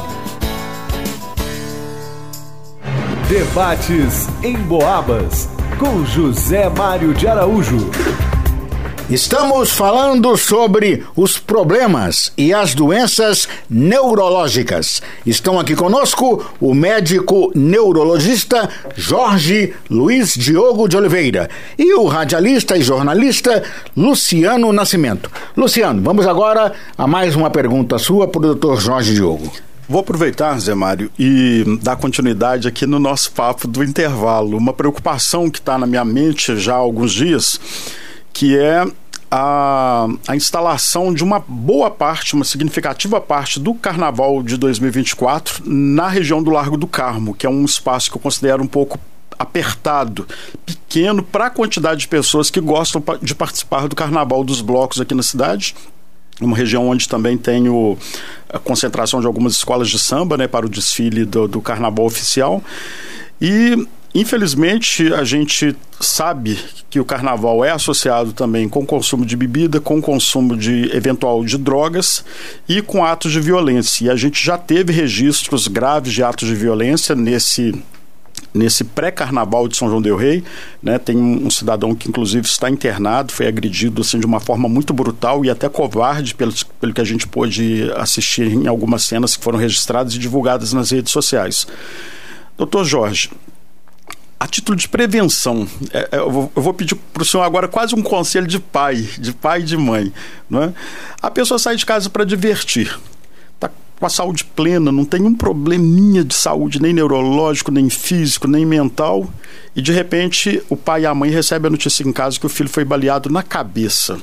Debates em Boabas, com José Mário de Araújo. Estamos falando sobre os problemas e as doenças neurológicas. Estão aqui conosco o médico neurologista Jorge Luiz Diogo de Oliveira e o radialista e jornalista Luciano Nascimento. Luciano, vamos agora a mais uma pergunta sua para o doutor Jorge Diogo. Vou aproveitar, Zé Mário, e dar continuidade aqui no nosso papo do intervalo. Uma preocupação que está na minha mente já há alguns dias, que é a, a instalação de uma boa parte, uma significativa parte do Carnaval de dois mil e vinte e quatro na região do Largo do Carmo, que é um espaço que eu considero um pouco apertado, pequeno para a quantidade de pessoas que gostam de participar do Carnaval dos blocos aqui na cidade. uma região onde também tenho a concentração de algumas escolas de samba, né, para o desfile do, do carnaval oficial. E infelizmente a gente sabe que o carnaval é associado também com o consumo de bebida, com o consumo de eventual de drogas e com atos de violência. E a gente já teve registros graves de atos de violência nesse nesse pré-carnaval de São João del Rei, né? Tem um, um cidadão que inclusive está internado, foi agredido assim, de uma forma muito brutal e até covarde, pelo, pelo que a gente pôde assistir em algumas cenas que foram registradas e divulgadas nas redes sociais. Doutor Jorge, a título de prevenção, é, eu, vou, eu vou pedir para o senhor agora quase um conselho de pai, de pai e de mãe, não é? A pessoa sai de casa para divertir, está com a saúde plena, não tem um probleminha de saúde, nem neurológico, nem físico, nem mental, e de repente o pai e a mãe recebem a notícia em casa que o filho foi baleado na cabeça.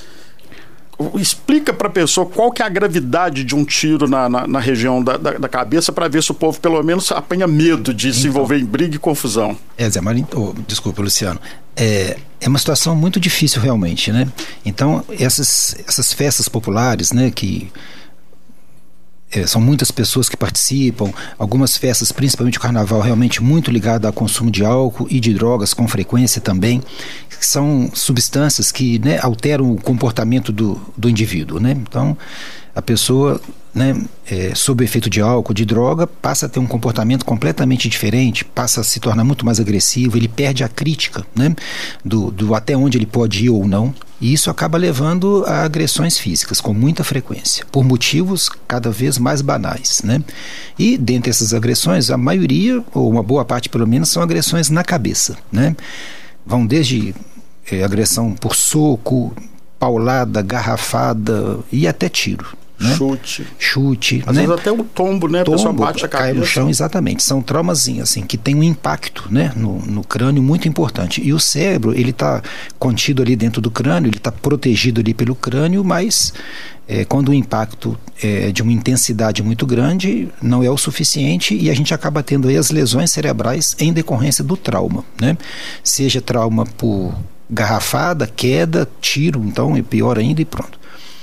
Explica para a pessoa qual que é a gravidade de um tiro na, na, na região da, da, da cabeça, para ver se o povo pelo menos apanha medo de então, se envolver em briga e confusão. É, Zé Mário, oh, desculpa, Luciano. É, é uma situação muito difícil realmente, né? Então, essas, essas festas populares, né, que É, são muitas pessoas que participam, algumas festas, principalmente o carnaval, realmente muito ligado ao consumo de álcool e de drogas com frequência também, que são substâncias que, né, alteram o comportamento do, do indivíduo, né? Então, a pessoa, né, é, sob o efeito de álcool, de droga, passa a ter um comportamento completamente diferente, passa a se tornar muito mais agressivo, ele perde a crítica, né, do, do até onde ele pode ir ou não, e isso acaba levando a agressões físicas com muita frequência, por motivos cada vez mais banais, né? E dentre essas agressões, a maioria, ou uma boa parte pelo menos, são agressões na cabeça, né? Vão desde é, agressão por soco, paulada, garrafada e até tiro. Né? Chute. Chute. Às né? vezes até o tombo, né? Tombo, a pessoa bate a cabeça. Cai no chão, exatamente. São traumas assim, que tem um impacto, né, no, no crânio muito importante. E o cérebro, ele está contido ali dentro do crânio, ele está protegido ali pelo crânio, mas é, quando o impacto é de uma intensidade muito grande, não é o suficiente e a gente acaba tendo aí as lesões cerebrais em decorrência do trauma, né? Seja trauma por garrafada, queda, tiro, então é pior ainda e pronto.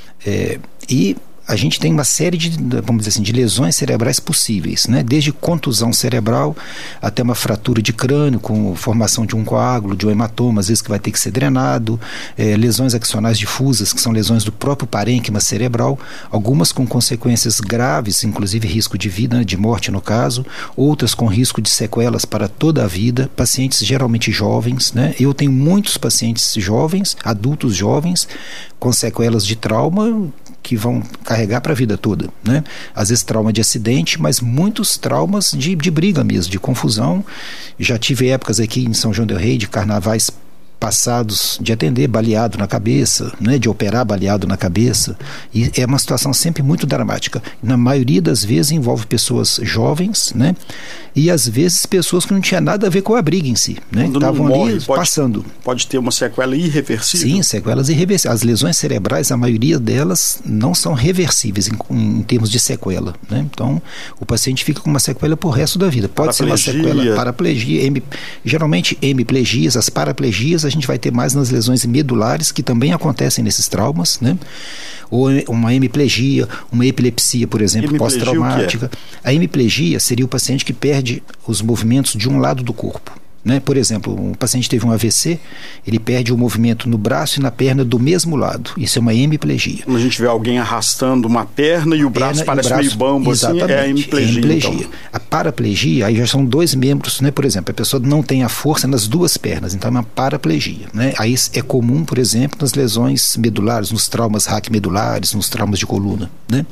É, e a gente tem uma série de, vamos dizer assim, de lesões cerebrais possíveis, né? Desde contusão cerebral até uma fratura de crânio com formação de um coágulo, de um hematoma, às vezes que vai ter que ser drenado, é, lesões axonais difusas, que são lesões do próprio parênquima cerebral, algumas com consequências graves, inclusive risco de vida, né, de morte no caso, outras com risco de sequelas para toda a vida, pacientes geralmente jovens, né? Eu tenho muitos pacientes jovens, adultos jovens, com sequelas de trauma que vão carregar para a vida toda, né? Às vezes trauma de acidente, mas muitos traumas de, de briga mesmo, de confusão. Já tive épocas aqui em São João del Rei de carnavais passados de atender baleado na cabeça, né, de operar baleado na cabeça, e é uma situação sempre muito dramática. Na maioria das vezes envolve pessoas jovens, né, e às vezes pessoas que não tinham nada a ver com a briga em si, né, estavam ali pode, passando. Pode ter uma sequela irreversível? Sim, sequelas irreversíveis. As lesões cerebrais, a maioria delas não são reversíveis em, em termos de sequela, né? Então o paciente fica com uma sequela pro resto da vida. Pode ser uma sequela, paraplegia, hem, geralmente hemiplegias, as paraplegias a gente vai ter mais nas lesões medulares, que também acontecem nesses traumas, né? Ou uma hemiplegia, uma epilepsia, por exemplo, pós-traumática. É? A hemiplegia seria o paciente que perde os movimentos de um lado do corpo, né? Por exemplo, um paciente teve um A V C, ele perde o movimento no braço e na perna do mesmo lado. Isso é uma hemiplegia. Quando a gente vê alguém arrastando uma perna e o braço perna, parece o braço, meio bambo, assim, é a hemiplegia. hemiplegia. Então. A paraplegia, aí já são dois membros, né? Por exemplo, a pessoa não tem a força nas duas pernas, então é uma paraplegia, né? Aí é comum, por exemplo, nas lesões medulares, nos traumas raquimedulares, nos traumas de coluna, né?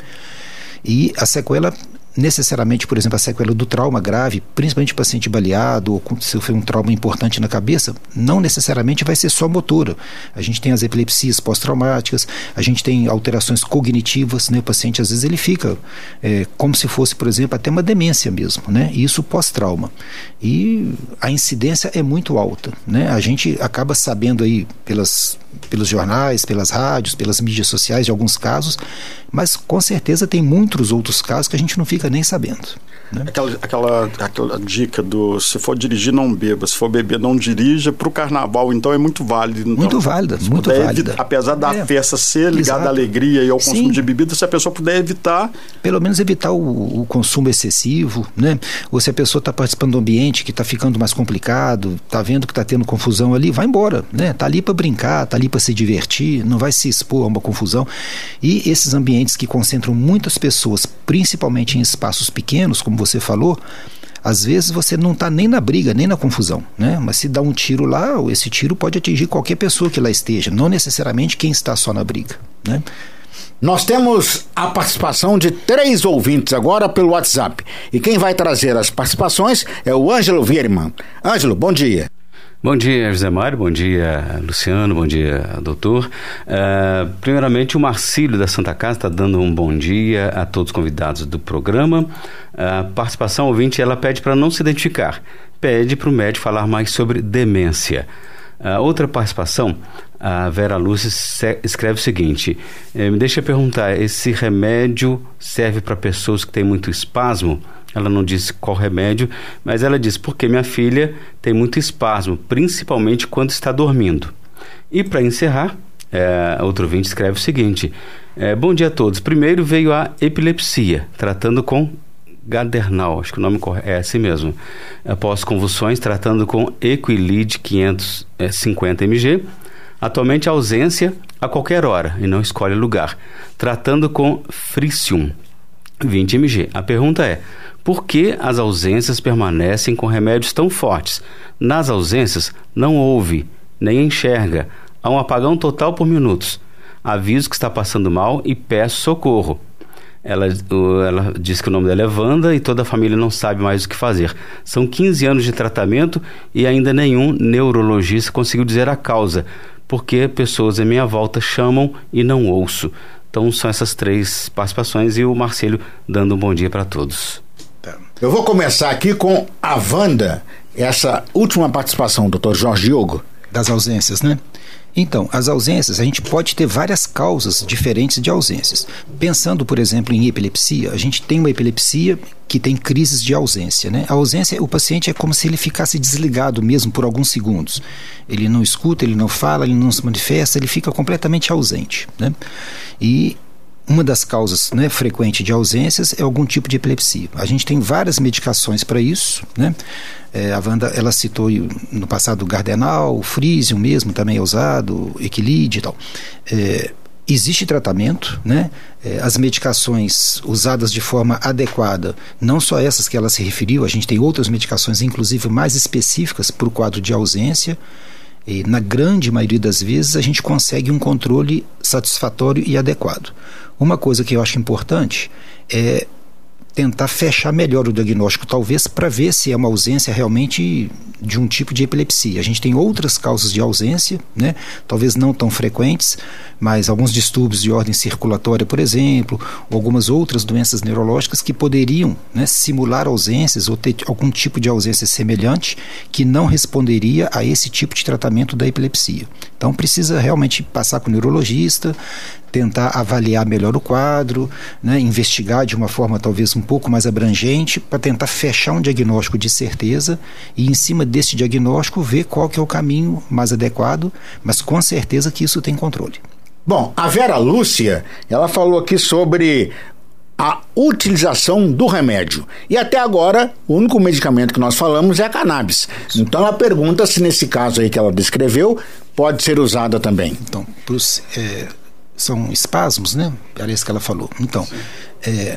E a sequela necessariamente, por exemplo, a sequela do trauma grave, principalmente paciente baleado ou se foi um trauma importante na cabeça, não necessariamente vai ser só motora. A gente tem as epilepsias pós-traumáticas, a gente tem alterações cognitivas, né? O paciente às vezes ele fica é, como se fosse, por exemplo, até uma demência mesmo, né? Isso pós-trauma. E a incidência é muito alta, né? A gente acaba sabendo aí pelas pelos jornais, pelas rádios, pelas mídias sociais, de alguns casos, mas com certeza tem muitos outros casos que a gente não fica nem sabendo. Né? Aquela, aquela, aquela dica do se for dirigir, não beba, se for beber, não dirija, para o carnaval, então, é muito válido. Então, muito válida, muito válida. Evitar, apesar da é, festa ser ligada à alegria e ao consumo Sim. de bebida, se a pessoa puder evitar... Pelo menos evitar o, o consumo excessivo, né? Ou se a pessoa está participando do ambiente que está ficando mais complicado, está vendo que está tendo confusão ali, vai embora, né? Está ali para brincar, está ali para se divertir, não vai se expor a uma confusão. E esses ambientes que concentram muitas pessoas, principalmente em espaços pequenos, como você falou, às vezes você não está nem na briga, nem na confusão, né? Mas se dá um tiro lá, esse tiro pode atingir qualquer pessoa que lá esteja, não necessariamente quem está só na briga, né? Nós temos a participação de três ouvintes agora pelo WhatsApp. E quem vai trazer as participações é o Ângelo Vierman. Ângelo, bom dia. Bom dia, José Mário, bom dia, Luciano, bom dia, doutor. Uh, primeiramente, o Marcílio da Santa Casa está dando um bom dia a todos os convidados do programa. A participação ouvinte, ela pede para não se identificar, pede para o médico falar mais sobre demência. Uh, outra participação, a Vera Lúcia escreve o seguinte: eh, me deixa perguntar, esse remédio serve para pessoas que têm muito espasmo? Ela não disse qual remédio, mas ela disse, porque minha filha tem muito espasmo, principalmente quando está dormindo. E para encerrar, é, outro ouvinte escreve o seguinte: é, bom dia a todos. Primeiro veio a epilepsia, tratando com Gadernal, acho que o nome é assim mesmo. Após convulsões, tratando com Equilid quinhentos e cinquenta miligramas. Atualmente a ausência a qualquer hora e não escolhe lugar, tratando com Fricium vinte miligramas. A pergunta é: por que as ausências permanecem com remédios tão fortes? Nas ausências não ouve, nem enxerga. Há um apagão total por minutos. Aviso que está passando mal e peço socorro. Ela, ela diz que o nome dela é Wanda e toda a família não sabe mais o que fazer. São quinze anos de tratamento e ainda nenhum neurologista conseguiu dizer a causa, porque pessoas à minha volta chamam e não ouço. Então são essas três participações e o Marcílio dando um bom dia para todos. Eu vou começar aqui com a Wanda, essa última participação, doutor Jorge Diogo. Das ausências, né? Então, as ausências, a gente pode ter várias causas diferentes de ausências. Pensando, por exemplo, em epilepsia, a gente tem uma epilepsia que tem crises de ausência, né? A ausência, o paciente é como se ele ficasse desligado mesmo por alguns segundos. Ele não escuta, ele não fala, ele não se manifesta, ele fica completamente ausente, né? E uma das causas, né, frequentes de ausências é algum tipo de epilepsia. A gente tem várias medicações para isso, né? É, a Wanda, ela citou no passado o Gardenal, o Frisium mesmo também é usado, o Equilid e tal. É, existe tratamento, né? É, as medicações usadas de forma adequada, não só essas que ela se referiu, a gente tem outras medicações, inclusive mais específicas para o quadro de ausência. E, na grande maioria das vezes, a gente consegue um controle satisfatório e adequado. Uma coisa que eu acho importante é tentar fechar melhor o diagnóstico, talvez para ver se é uma ausência realmente de um tipo de epilepsia. A gente tem outras causas de ausência, né? Talvez não tão frequentes, mas alguns distúrbios de ordem circulatória, por exemplo, ou algumas outras doenças neurológicas que poderiam, né, simular ausências ou ter algum tipo de ausência semelhante que não responderia a esse tipo de tratamento da epilepsia. Então precisa realmente passar com o neurologista, tentar avaliar melhor o quadro, né, investigar de uma forma talvez um pouco mais abrangente para tentar fechar um diagnóstico de certeza e em cima desse diagnóstico ver qual que é o caminho mais adequado, mas com certeza que isso tem controle. Bom, a Vera Lúcia, ela falou aqui sobre a utilização do remédio. E até agora, o único medicamento que nós falamos é a cannabis. Então ela pergunta se nesse caso aí que ela descreveu, pode ser usada também. Então, pros, é, são espasmos, né? Parece que ela falou. Então, é,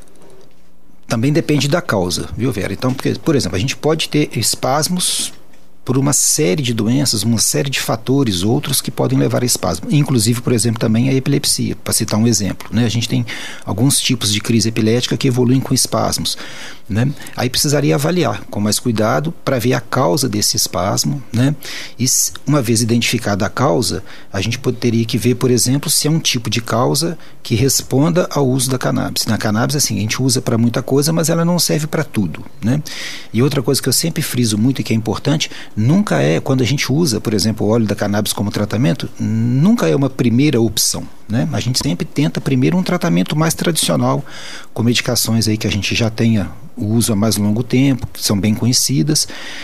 também depende da causa, viu, Vera? Então, porque, por exemplo, a gente pode ter espasmos por uma série de doenças, uma série de fatores outros que podem levar a espasmo, inclusive, por exemplo, também a epilepsia, para citar um exemplo, né? A gente tem alguns tipos de crise epilética que evoluem com espasmos, né? Aí precisaria avaliar com mais cuidado para ver a causa desse espasmo, né? E uma vez identificada a causa, a gente teria que ver, por exemplo, se é um tipo de causa que responda ao uso da cannabis. Na cannabis, assim, a gente usa para muita coisa, mas ela não serve para tudo, né? E outra coisa que eu sempre friso muito e que é importante, nunca é, quando a gente usa, por exemplo, o óleo da cannabis como tratamento, nunca é uma primeira opção, né? A gente sempre tenta primeiro um tratamento mais tradicional, com medicações aí que a gente já tenha o uso há mais longo tempo, que são bem conhecidas,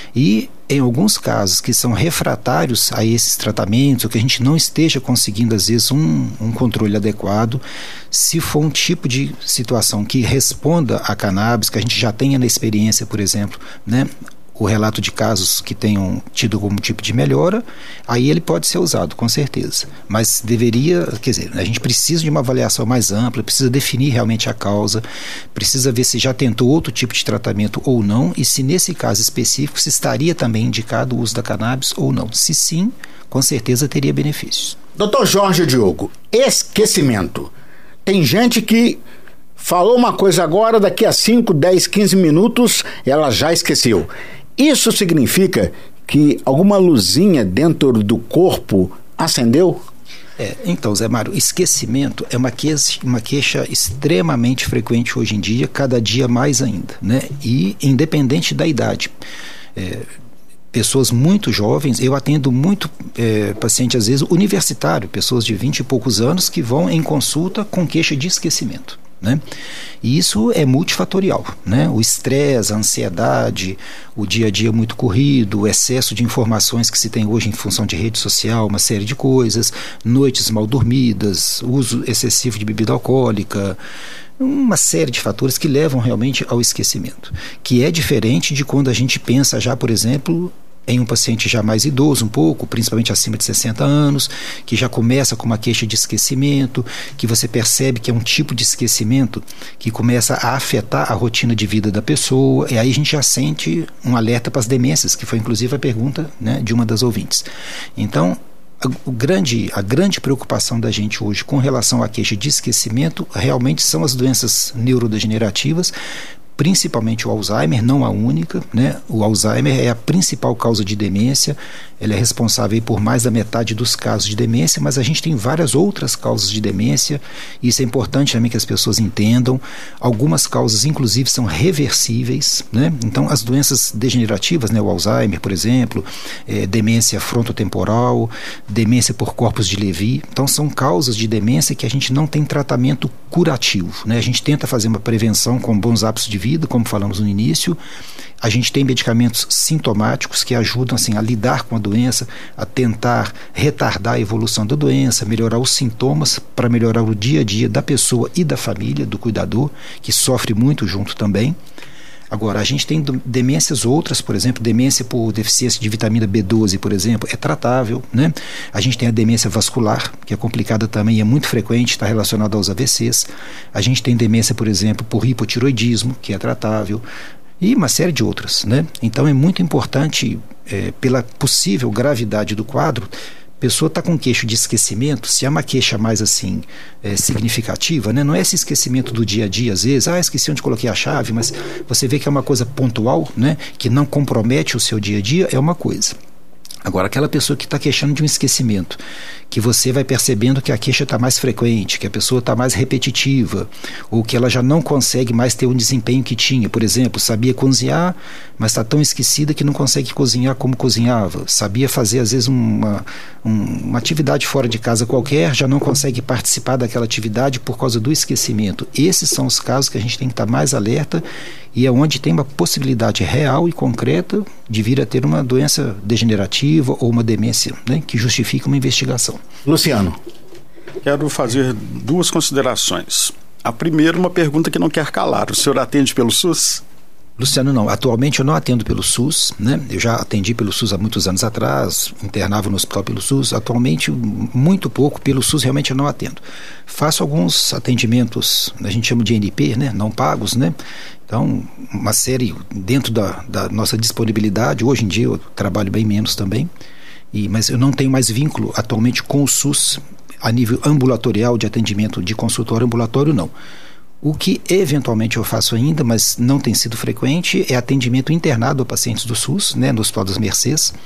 e em alguns casos que são refratários a esses tratamentos, ou que a gente não esteja conseguindo às vezes um, um controle adequado, se for um tipo de situação que responda à cannabis, que a gente já tenha na experiência, por exemplo, né, o relato de casos que tenham tido algum tipo de melhora, aí ele pode ser usado, com certeza. Mas deveria, quer dizer, a gente precisa de uma avaliação mais ampla, precisa definir realmente a causa, precisa ver se já tentou outro tipo de tratamento ou não, e se nesse caso específico se estaria também indicado o uso da cannabis ou não. Se sim, com certeza teria benefícios. doutor Jorge Diogo, esquecimento. Tem gente que falou uma coisa agora, daqui a cinco, dez, quinze minutos ela já esqueceu. Isso significa que alguma luzinha dentro do corpo acendeu? É, então, Zé Mário, esquecimento é uma queixa, uma queixa extremamente frequente hoje em dia, cada dia mais ainda, né? E independente da idade. É, pessoas muito jovens, eu atendo muito é, paciente, às vezes, universitário, pessoas de vinte e poucos anos que vão em consulta com queixa de esquecimento. Né? E isso é multifatorial, né? O estresse, a ansiedade, o dia a dia muito corrido, o excesso de informações que se tem hoje em função de rede social, uma série de coisas, noites mal dormidas, uso excessivo de bebida alcoólica, uma série de fatores que levam realmente ao esquecimento, que é diferente de quando a gente pensa já, por exemplo, em um paciente já mais idoso um pouco, principalmente acima de sessenta anos, que já começa com uma queixa de esquecimento, que você percebe que é um tipo de esquecimento que começa a afetar a rotina de vida da pessoa, e aí a gente já sente um alerta para as demências, que foi inclusive a pergunta, né, de uma das ouvintes. Então, a, o grande, a grande preocupação da gente hoje com relação à queixa de esquecimento realmente são as doenças neurodegenerativas, principalmente o Alzheimer, não a única, né? O Alzheimer é a principal causa de demência, ela é responsável por mais da metade dos casos de demência, mas a gente tem várias outras causas de demência, e isso é importante também que as pessoas entendam. Algumas causas, inclusive, são reversíveis, né? Então, as doenças degenerativas, né? O Alzheimer, por exemplo, é, demência frontotemporal, demência por corpos de Levy, então são causas de demência que a gente não tem tratamento curativo, né? A gente tenta fazer uma prevenção com bons hábitos de vida, como falamos no início. A gente tem medicamentos sintomáticos que ajudam assim, a lidar com a doença, a tentar retardar a evolução da doença, melhorar os sintomas, para melhorar o dia a dia da pessoa e da família, do cuidador, que sofre muito junto também. Agora, a gente tem demências outras, por exemplo, demência por deficiência de vitamina B doze, por exemplo, é tratável, né? A gente tem a demência vascular, que é complicada também, é muito frequente, está relacionada aos A V Cs. A gente tem demência, por exemplo, por hipotiroidismo, que é tratável, e uma série de outras, né? Então é muito importante, é, pela possível gravidade do quadro, a pessoa está com queixa de esquecimento, se é uma queixa mais assim é, significativa, né? Não é esse esquecimento do dia a dia, às vezes, ah, esqueci onde coloquei a chave, mas você vê que é uma coisa pontual, né? Que não compromete o seu dia a dia, é uma coisa. Agora, aquela pessoa que está queixando de um esquecimento, que você vai percebendo que a queixa está mais frequente, que a pessoa está mais repetitiva, ou que ela já não consegue mais ter o desempenho que tinha. Por exemplo, sabia cozinhar, mas está tão esquecida que não consegue cozinhar como cozinhava. Sabia fazer, às vezes, uma, um, uma atividade fora de casa qualquer, já não consegue participar daquela atividade por causa do esquecimento. Esses são os casos que a gente tem que estar mais alerta, e é onde tem uma possibilidade real e concreta de vir a ter uma doença degenerativa ou uma demência, né, que justifica uma investigação. Luciano. Quero fazer duas considerações. A primeira, uma pergunta que não quer calar. O senhor atende pelo SUS? Luciano, não. Atualmente eu não atendo pelo SUS, né? Eu já atendi pelo SUS há muitos anos atrás, internava no hospital pelo SUS. Atualmente, muito pouco pelo SUS, realmente eu não atendo. Faço alguns atendimentos, a gente chama de N P, né? Não pagos, né? Então, uma série dentro da, da nossa disponibilidade. Hoje em dia eu trabalho bem menos também, e, mas eu não tenho mais vínculo atualmente com o SUS a nível ambulatorial de atendimento de consultório ambulatório, não. O que eventualmente eu faço ainda, mas não tem sido frequente, é atendimento internado a pacientes do SUS, né, no Hospital das Mercês.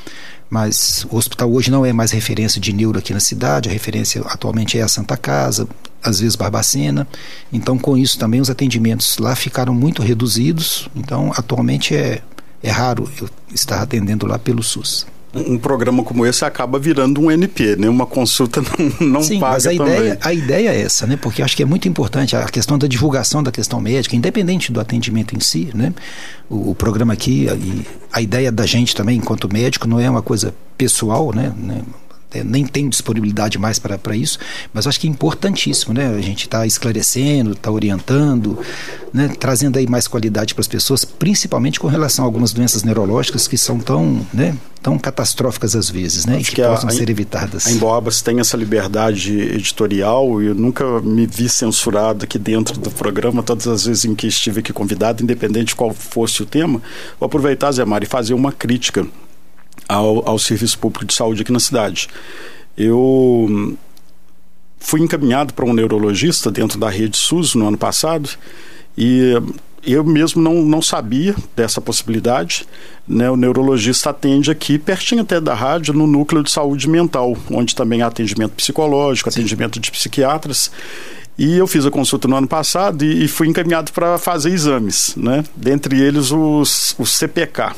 Mas o hospital hoje não é mais referência de neuro aqui na cidade, a referência atualmente é a Santa Casa, às vezes Barbacena. Então, com isso também os atendimentos lá ficaram muito reduzidos. Então, atualmente é é raro eu estar atendendo lá pelo SUS. Um programa como esse acaba virando um N P, né? Uma consulta não, não Sim, paga mas a também. ideia, a ideia é essa, né? Porque acho que é muito importante a questão da divulgação da questão médica, independente do atendimento em si, né? O, o programa aqui, a, a ideia da gente também, enquanto médico, não é uma coisa pessoal, né? né? É, nem tenho disponibilidade mais para isso, mas acho que é importantíssimo, né? A gente está esclarecendo, está orientando, né? Trazendo aí mais qualidade para as pessoas, principalmente com relação a algumas doenças neurológicas que são tão, né? tão catastróficas às vezes, né? E que, que possam a, ser evitadas. A Emboabas tem essa liberdade editorial e eu nunca me vi censurado aqui dentro do programa, todas as vezes em que estive aqui convidado, independente de qual fosse o tema. Vou aproveitar, Zé Mário, e fazer uma crítica Ao, ao serviço público de saúde aqui na cidade. Eu fui encaminhado para um neurologista dentro da rede SUS no ano passado e eu mesmo não, não sabia dessa possibilidade, né? O neurologista atende aqui pertinho até da rádio, no núcleo de saúde mental, onde também há atendimento psicológico, Sim. atendimento de psiquiatras. E eu fiz a consulta no ano passado e, e fui encaminhado para fazer exames, né? Dentre eles os, o C P K.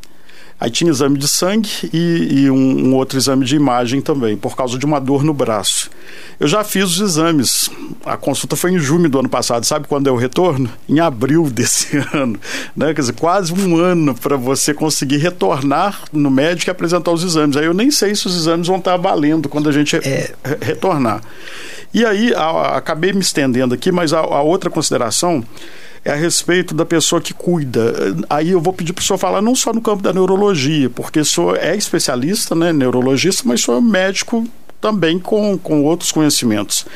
Aí tinha exame de sangue e, e um, um outro exame de imagem também, por causa de uma dor no braço. Eu já fiz os exames. A consulta foi em junho do ano passado. Sabe quando é o retorno? Em abril desse ano. Né? Quer dizer, quase um ano para você conseguir retornar no médico e apresentar os exames. Aí eu nem sei se os exames vão estar valendo quando a gente é... re- retornar. E aí, a, acabei me estendendo aqui, mas a, a outra consideração é a respeito da pessoa que cuida. Aí eu vou pedir para o senhor falar não só no campo da neurologia, porque o senhor é especialista, né, neurologista, mas o senhor é médico também com, com outros conhecimentos.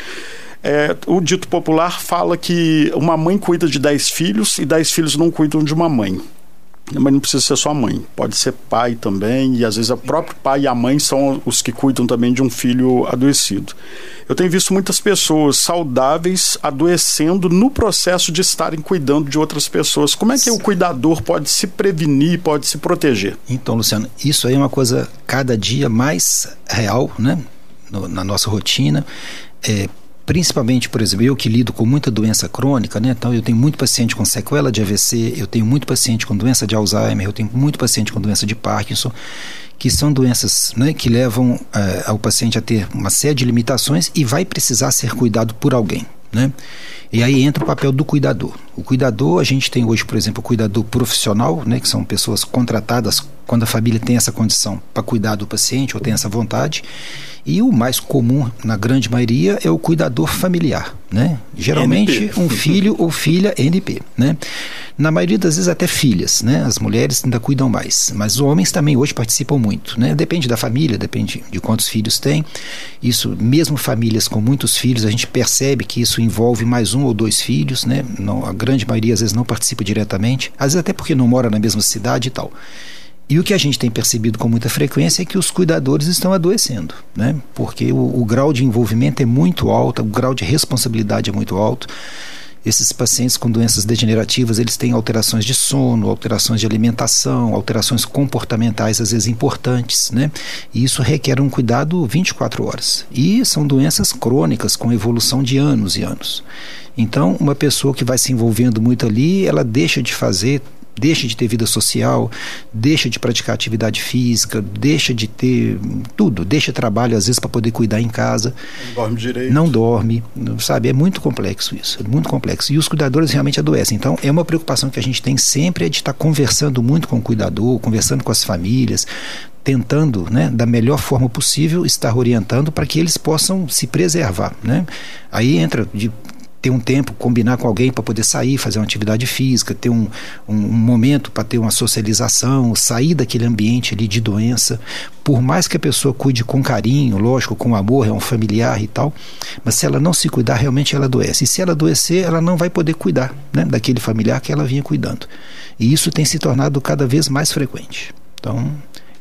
É, o dito popular fala que uma mãe cuida de dez filhos e dez filhos não cuidam de uma mãe. Mas não precisa ser só mãe, pode ser pai também, e às vezes o próprio pai e a mãe são os que cuidam também de um filho adoecido. Eu tenho visto muitas pessoas saudáveis adoecendo no processo de estarem cuidando de outras pessoas. Como é que o cuidador pode se prevenir, pode se proteger? Então, Luciano, isso aí é uma coisa cada dia mais real, né? No, na nossa rotina. É, Principalmente, por exemplo, eu que lido com muita doença crônica, né? Então eu tenho muito paciente com sequela de A V C, eu tenho muito paciente com doença de Alzheimer, eu tenho muito paciente com doença de Parkinson, que são doenças, né, que levam uh, ao paciente a ter uma série de limitações e vai precisar ser cuidado por alguém, né? E aí entra o papel do cuidador. O cuidador, a gente tem hoje, por exemplo, o cuidador profissional, né, que são pessoas contratadas quando a família tem essa condição para cuidar do paciente ou tem essa vontade. E o mais comum, na grande maioria, é o cuidador familiar, né? Geralmente N P. Um filho ou filha N P, né? Na maioria das vezes até filhas, né? As mulheres ainda cuidam mais, mas os homens também hoje participam muito, né? Depende da família, depende de quantos filhos tem. Isso, mesmo famílias com muitos filhos, a gente percebe que isso envolve mais um ou dois filhos, né? Não, a grande maioria às vezes não participa diretamente, às vezes até porque não mora na mesma cidade e tal. E o que a gente tem percebido com muita frequência é que os cuidadores estão adoecendo, né? Porque o, o grau de envolvimento é muito alto, o grau de responsabilidade é muito alto. Esses pacientes com doenças degenerativas, eles têm alterações de sono, alterações de alimentação, alterações comportamentais às vezes importantes, né? E isso requer um cuidado vinte e quatro horas. E são doenças crônicas com evolução de anos e anos. Então, uma pessoa que vai se envolvendo muito ali, ela deixa de fazer deixa de ter vida social, deixa de praticar atividade física, deixa de ter tudo, deixa trabalho às vezes para poder cuidar em casa. Não dorme direito. Não dorme, sabe? É muito complexo isso, é muito complexo. E os cuidadores realmente adoecem. Então, é uma preocupação que a gente tem sempre é de estar conversando muito com o cuidador, conversando com as famílias, tentando, né, da melhor forma possível, estar orientando para que eles possam se preservar, né? Aí entra de ter um tempo, combinar com alguém para poder sair, fazer uma atividade física, ter um, um, um momento para ter uma socialização, sair daquele ambiente ali de doença. Por mais que a pessoa cuide com carinho, lógico, com amor, é um familiar e tal, mas se ela não se cuidar, realmente ela adoece. E se ela adoecer, ela não vai poder cuidar, né, daquele familiar que ela vinha cuidando. E isso tem se tornado cada vez mais frequente. Então,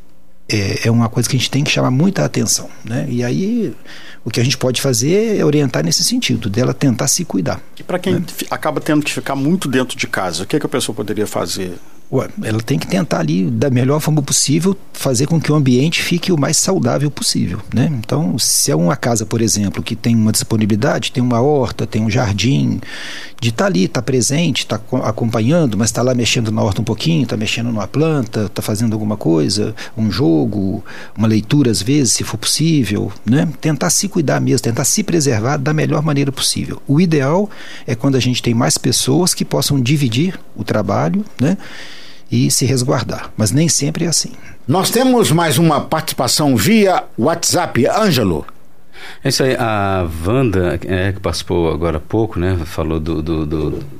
é, é uma coisa que a gente tem que chamar muita atenção, né? E aí, o que a gente pode fazer é orientar nesse sentido, dela tentar se cuidar. E para quem né? acaba tendo que ficar muito dentro de casa, o que, é que a pessoa poderia fazer, Ué, ela tem que tentar ali, da melhor forma possível, fazer com que o ambiente fique o mais saudável possível, né? Então, se é uma casa, por exemplo, que tem uma disponibilidade, tem uma horta, tem um jardim, de estar tá ali, estar tá presente, estar tá acompanhando, mas está lá mexendo na horta um pouquinho, está mexendo numa planta, está fazendo alguma coisa, um jogo, uma leitura às vezes, se for possível, né? Tentar se cuidar mesmo, tentar se preservar da melhor maneira possível. O ideal é quando a gente tem mais pessoas que possam dividir o trabalho, né? E se resguardar, mas nem sempre é assim. Nós temos mais uma participação via WhatsApp. Ângelo. É isso aí, a Wanda, é, que participou agora há pouco, né, falou do, do, do, do,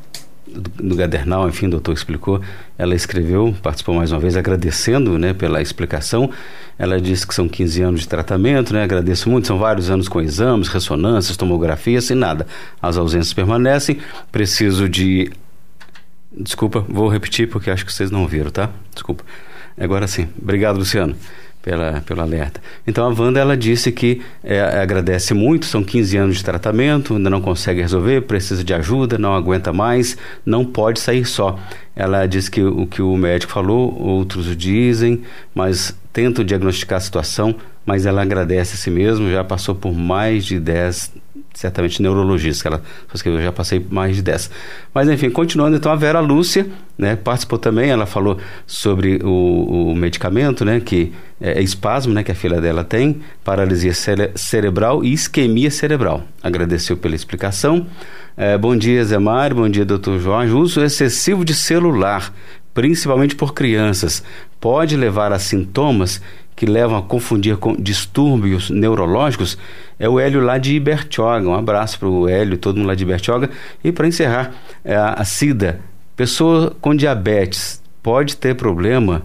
do Gadernal, enfim, o doutor explicou, ela escreveu, participou mais uma vez, agradecendo, né, pela explicação. Ela disse que são quinze anos de tratamento, né, agradeço muito, são vários anos com exames, ressonâncias, tomografias e nada, as ausências permanecem, preciso de... Desculpa, vou repetir porque acho que vocês não viram, tá? Desculpa. Agora sim. Obrigado, Luciano, pela, pelo alerta. Então, a Wanda, ela disse que é, agradece muito, são quinze anos de tratamento, ainda não consegue resolver, precisa de ajuda, não aguenta mais, não pode sair só. Ela disse que o que o médico falou, outros o dizem, mas tentam diagnosticar a situação, mas ela agradece a si mesmo, já passou por mais de dez certamente neurologistas, que ela escreveu, já passei mais de dez. Mas enfim, continuando, então a Vera Lúcia, né, participou também, ela falou sobre o, o medicamento, né, que é, é espasmo, né, que a filha dela tem, paralisia cere- cerebral e isquemia cerebral. Agradeceu pela explicação. É, bom dia, Zé Mário, bom dia, doutor Jorge. Uso excessivo de celular, principalmente por crianças, pode levar a sintomas que levam a confundir com distúrbios neurológicos? É o Hélio lá de Ibertioga. Um abraço para o Hélio, todo mundo lá de Ibertioga. E para encerrar, é a, a Cida, pessoa com diabetes pode ter problema,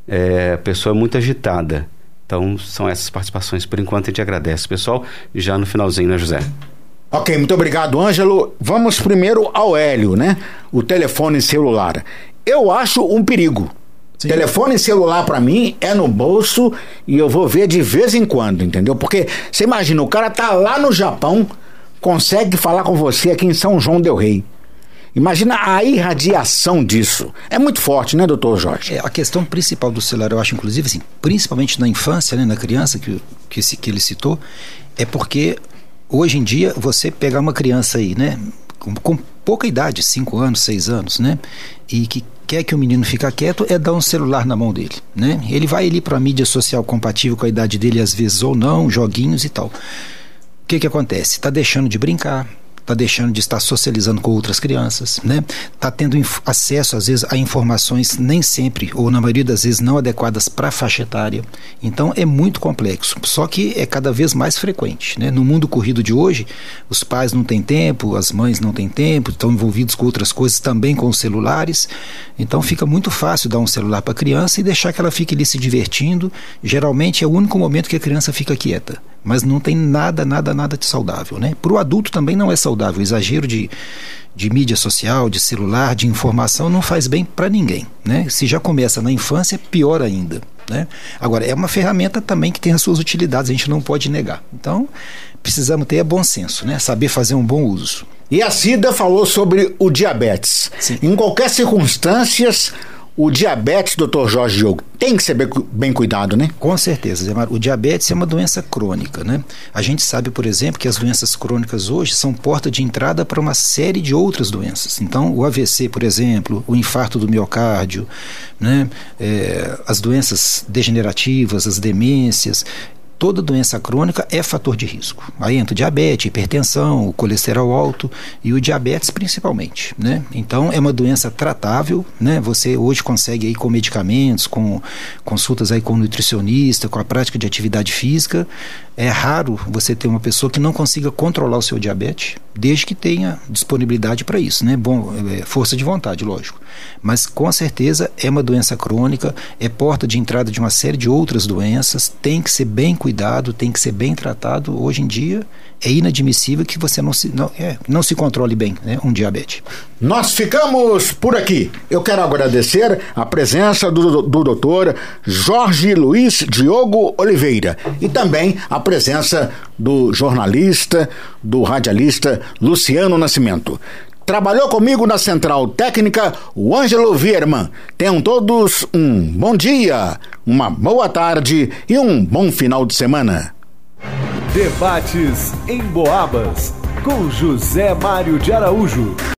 é, pessoa muito agitada. Então são essas participações, por enquanto a gente agradece, pessoal, já no finalzinho, né, José? Ok, muito obrigado, Ângelo. Vamos primeiro ao Hélio, né? O telefone celular. Eu acho um perigo. Sim. Telefone celular pra mim é no bolso e eu vou ver de vez em quando, entendeu? Porque você imagina, o cara tá lá no Japão, consegue falar com você aqui em São João del Rei. Imagina a irradiação disso. É muito forte, né, doutor Jorge? É, a questão principal do celular, eu acho, inclusive, assim, principalmente na infância, né, na criança que, que, que ele citou, é porque hoje em dia você pegar uma criança aí, né, com, com pouca idade, cinco anos, seis anos, né, e que quer que o menino fique quieto, é dar um celular na mão dele, né? Ele vai ali para a mídia social compatível com a idade dele, às vezes ou não, joguinhos e tal. O que que acontece? Está deixando de brincar, está deixando de estar socializando com outras crianças, né? Está tendo inf- acesso, às vezes, a informações nem sempre, ou na maioria das vezes, não adequadas para a faixa etária. Então, é muito complexo, só que é cada vez mais frequente, né? No mundo corrido de hoje, os pais não têm tempo, as mães não têm tempo, estão envolvidos com outras coisas, também com os celulares. Então, fica muito fácil dar um celular para a criança e deixar que ela fique ali se divertindo. Geralmente, é o único momento que a criança fica quieta, mas não tem nada, nada, nada de saudável, né? Para o adulto também não é saudável. O exagero de, de mídia social, de celular, de informação não faz bem para ninguém, né? Se já começa na infância, é pior ainda, né? Agora, é uma ferramenta também que tem as suas utilidades, a gente não pode negar. Então, precisamos ter bom senso, né? Saber fazer um bom uso. E a Cida falou sobre o diabetes. Sim. Em qualquer circunstância, o diabetes, doutor Jorge Diogo, tem que ser bem, bem cuidado, né? Com certeza, Zé Mário. O diabetes é uma doença crônica, né? A gente sabe, por exemplo, que as doenças crônicas hoje são porta de entrada para uma série de outras doenças. Então, o A V C, por exemplo, o infarto do miocárdio, né? É, as doenças degenerativas, as demências... Toda doença crônica é fator de risco. Aí entra o diabetes, hipertensão, o colesterol alto e o diabetes principalmente, né? Então é uma doença tratável, né? Você hoje consegue aí com medicamentos, com consultas aí com nutricionista, com a prática de atividade física. É raro você ter uma pessoa que não consiga controlar o seu diabetes, desde que tenha disponibilidade para isso, né? Bom, é, força de vontade, lógico. Mas com certeza é uma doença crônica, é porta de entrada de uma série de outras doenças, tem que ser bem cuidado, tem que ser bem tratado. Hoje em dia é inadmissível que você não se, não, é, não se controle bem, né, um diabetes. Nós ficamos por aqui. Eu quero agradecer a presença do, do doutor Jorge Luiz Diogo Oliveira e também a presença do jornalista, do radialista Luciano Nascimento. Trabalhou comigo na Central Técnica o Ângelo Vierman. Tenham todos um bom dia, uma boa tarde e um bom final de semana. Debates em Boabas, com José Mário de Araújo.